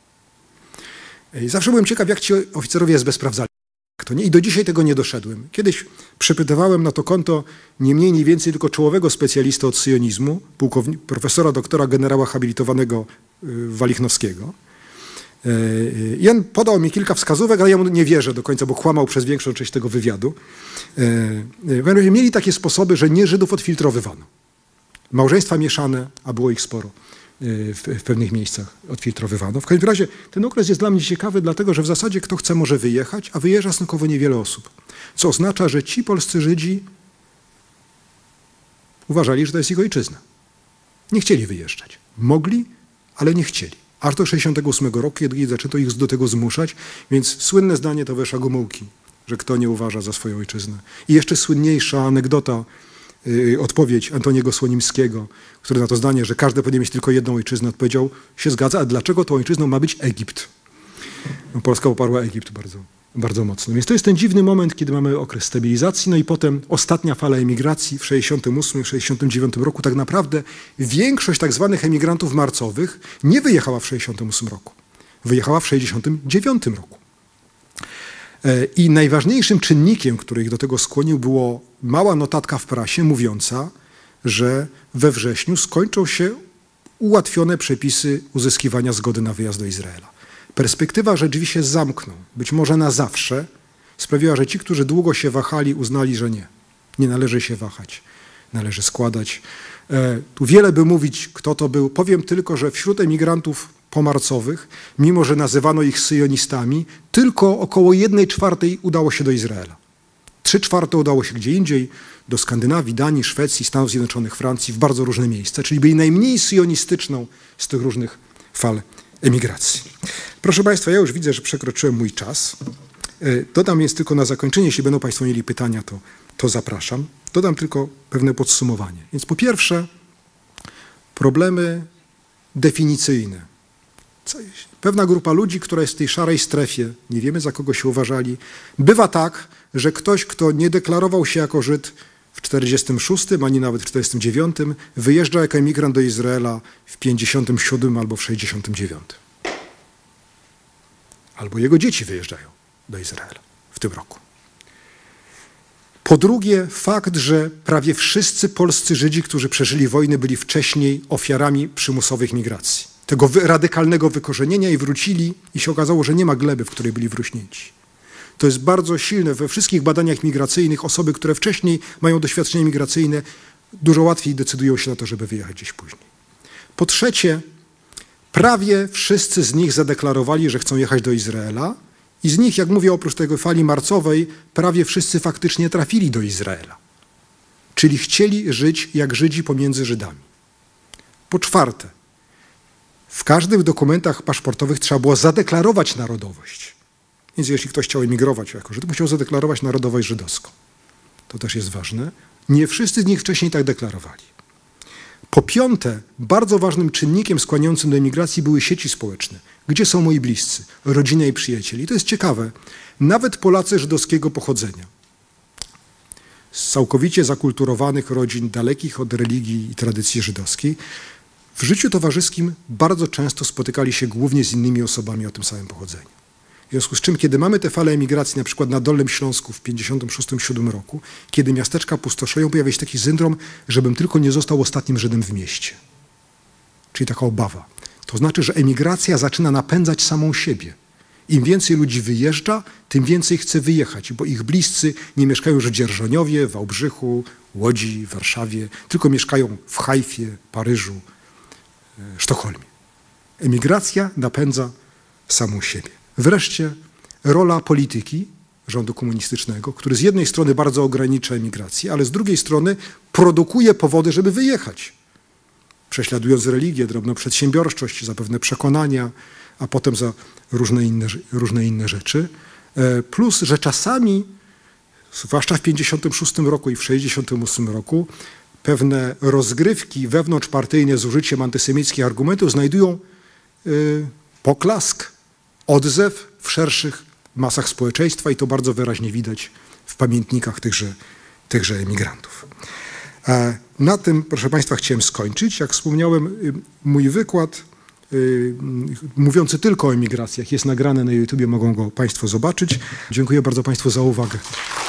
I zawsze byłem ciekaw, jak ci oficerowie S B sprawdzali to, nie? I do dzisiaj tego nie doszedłem. Kiedyś przypytywałem na to konto nie mniej, nie więcej tylko czołowego specjalistę od syjonizmu, profesora, doktora, generała habilitowanego Walichnowskiego. I on podał mi kilka wskazówek, ale ja mu nie wierzę do końca, bo kłamał przez większą część tego wywiadu. Mieli takie sposoby, że nie Żydów odfiltrowywano. Małżeństwa mieszane, a było ich sporo w, w pewnych miejscach odfiltrowywano. W każdym razie ten okres jest dla mnie ciekawy, dlatego że w zasadzie kto chce może wyjechać, a wyjeżdża stosunkowo niewiele osób. Co oznacza, że ci polscy Żydzi uważali, że to jest ich ojczyzna. Nie chcieli wyjeżdżać. Mogli, ale nie chcieli. Aż do sześćdziesiątego ósmego roku, kiedy zaczęto ich do tego zmuszać, więc słynne zdanie to Wesza Gomułki, że kto nie uważa za swoją ojczyznę. I jeszcze słynniejsza anegdota, yy, odpowiedź Antoniego Słonimskiego, który na to zdanie, że każdy powinien mieć tylko jedną ojczyznę, odpowiedział, się zgadza, a dlaczego tą ojczyzną ma być Egipt? No, Polska poparła Egipt bardzo, bardzo mocno. Więc to jest ten dziwny moment, kiedy mamy okres stabilizacji, no i potem ostatnia fala emigracji w sześćdziesiątym ósmym, sześćdziesiątym dziewiątym roku. Tak naprawdę większość tak zwanych emigrantów marcowych nie wyjechała w sześćdziesiątym ósmym roku. Wyjechała w sześćdziesiątym dziewiątym roku. I najważniejszym czynnikiem, który ich do tego skłonił, było mała notatka w prasie mówiąca, że we wrześniu skończą się ułatwione przepisy uzyskiwania zgody na wyjazd do Izraela. Perspektywa, że drzwi się zamkną, być może na zawsze, sprawiła, że ci, którzy długo się wahali, uznali, że nie. Nie należy się wahać, należy składać. E, tu wiele by mówić, kto to był. Powiem tylko, że wśród emigrantów pomarcowych, mimo że nazywano ich syjonistami, tylko około jednej czwartej udało się do Izraela. Trzy czwarte udało się gdzie indziej, do Skandynawii, Danii, Szwecji, Stanów Zjednoczonych, Francji, w bardzo różne miejsca, czyli byli najmniej syjonistyczną z tych różnych fal emigracji. Proszę Państwa, ja już widzę, że przekroczyłem mój czas. Dodam więc tylko na zakończenie, jeśli będą Państwo mieli pytania, to, to zapraszam. Dodam tylko pewne podsumowanie. Więc po pierwsze, problemy definicyjne. Pewna grupa ludzi, która jest w tej szarej strefie, nie wiemy za kogo się uważali, bywa tak, że ktoś, kto nie deklarował się jako Żyd w czterdziestym szóstym, ani nawet w czterdziestym dziewiątym, wyjeżdża jako emigrant do Izraela w pięćdziesiątym siódmym albo w sześćdziesiątym dziewiątym. Albo jego dzieci wyjeżdżają do Izraela w tym roku. Po drugie, fakt, że prawie wszyscy polscy Żydzi, którzy przeżyli wojnę, byli wcześniej ofiarami przymusowych migracji. Tego wy- radykalnego wykorzenienia i wrócili i się okazało, że nie ma gleby, w której byli wrośnięci. To jest bardzo silne. We wszystkich badaniach migracyjnych osoby, które wcześniej mają doświadczenie migracyjne, dużo łatwiej decydują się na to, żeby wyjechać gdzieś później. Po trzecie, prawie wszyscy z nich zadeklarowali, że chcą jechać do Izraela i z nich, jak mówię, oprócz tej fali marcowej, prawie wszyscy faktycznie trafili do Izraela. Czyli chcieli żyć jak Żydzi pomiędzy Żydami. Po czwarte, w każdych dokumentach paszportowych trzeba było zadeklarować narodowość. Więc jeśli ktoś chciał emigrować jako Żyd, musiał zadeklarować narodowość żydowską. To też jest ważne. Nie wszyscy z nich wcześniej tak deklarowali. Po piąte, bardzo ważnym czynnikiem skłaniającym do emigracji były sieci społeczne. Gdzie są moi bliscy, rodzina i przyjaciele. I to jest ciekawe. Nawet Polacy żydowskiego pochodzenia, z całkowicie zakulturowanych rodzin, dalekich od religii i tradycji żydowskiej, w życiu towarzyskim bardzo często spotykali się głównie z innymi osobami o tym samym pochodzeniu. W związku z czym, kiedy mamy te fale emigracji, na przykład na Dolnym Śląsku w pięćdziesiątym szóstym siódmym roku, kiedy miasteczka pustoszeją, pojawia się taki syndrom, żebym tylko nie został ostatnim Żydem w mieście. Czyli taka obawa. To znaczy, że emigracja zaczyna napędzać samą siebie. Im więcej ludzi wyjeżdża, tym więcej chce wyjechać, bo ich bliscy nie mieszkają już w Dzierżoniowie, Wałbrzychu, Łodzi, Warszawie, tylko mieszkają w Hajfie, Paryżu, Sztokholmie. Emigracja napędza samą siebie. Wreszcie rola polityki rządu komunistycznego, który z jednej strony bardzo ogranicza emigrację, ale z drugiej strony produkuje powody, żeby wyjechać. Prześladując religię, drobną przedsiębiorczość, za pewne przekonania, a potem za różne inne, różne inne rzeczy. Plus, że czasami, zwłaszcza w pięćdziesiątym szóstym roku i w sześćdziesiątym ósmym roku, pewne rozgrywki wewnątrzpartyjne z użyciem antysemickich argumentów znajdują y, poklask, odzew w szerszych masach społeczeństwa i to bardzo wyraźnie widać w pamiętnikach tychże, tychże emigrantów. E, na tym, proszę Państwa, chciałem skończyć. Jak wspomniałem, y, mój wykład y, mówiący tylko o emigracjach jest nagrany na YouTubie, mogą go Państwo zobaczyć. Dziękuję bardzo Państwu za uwagę.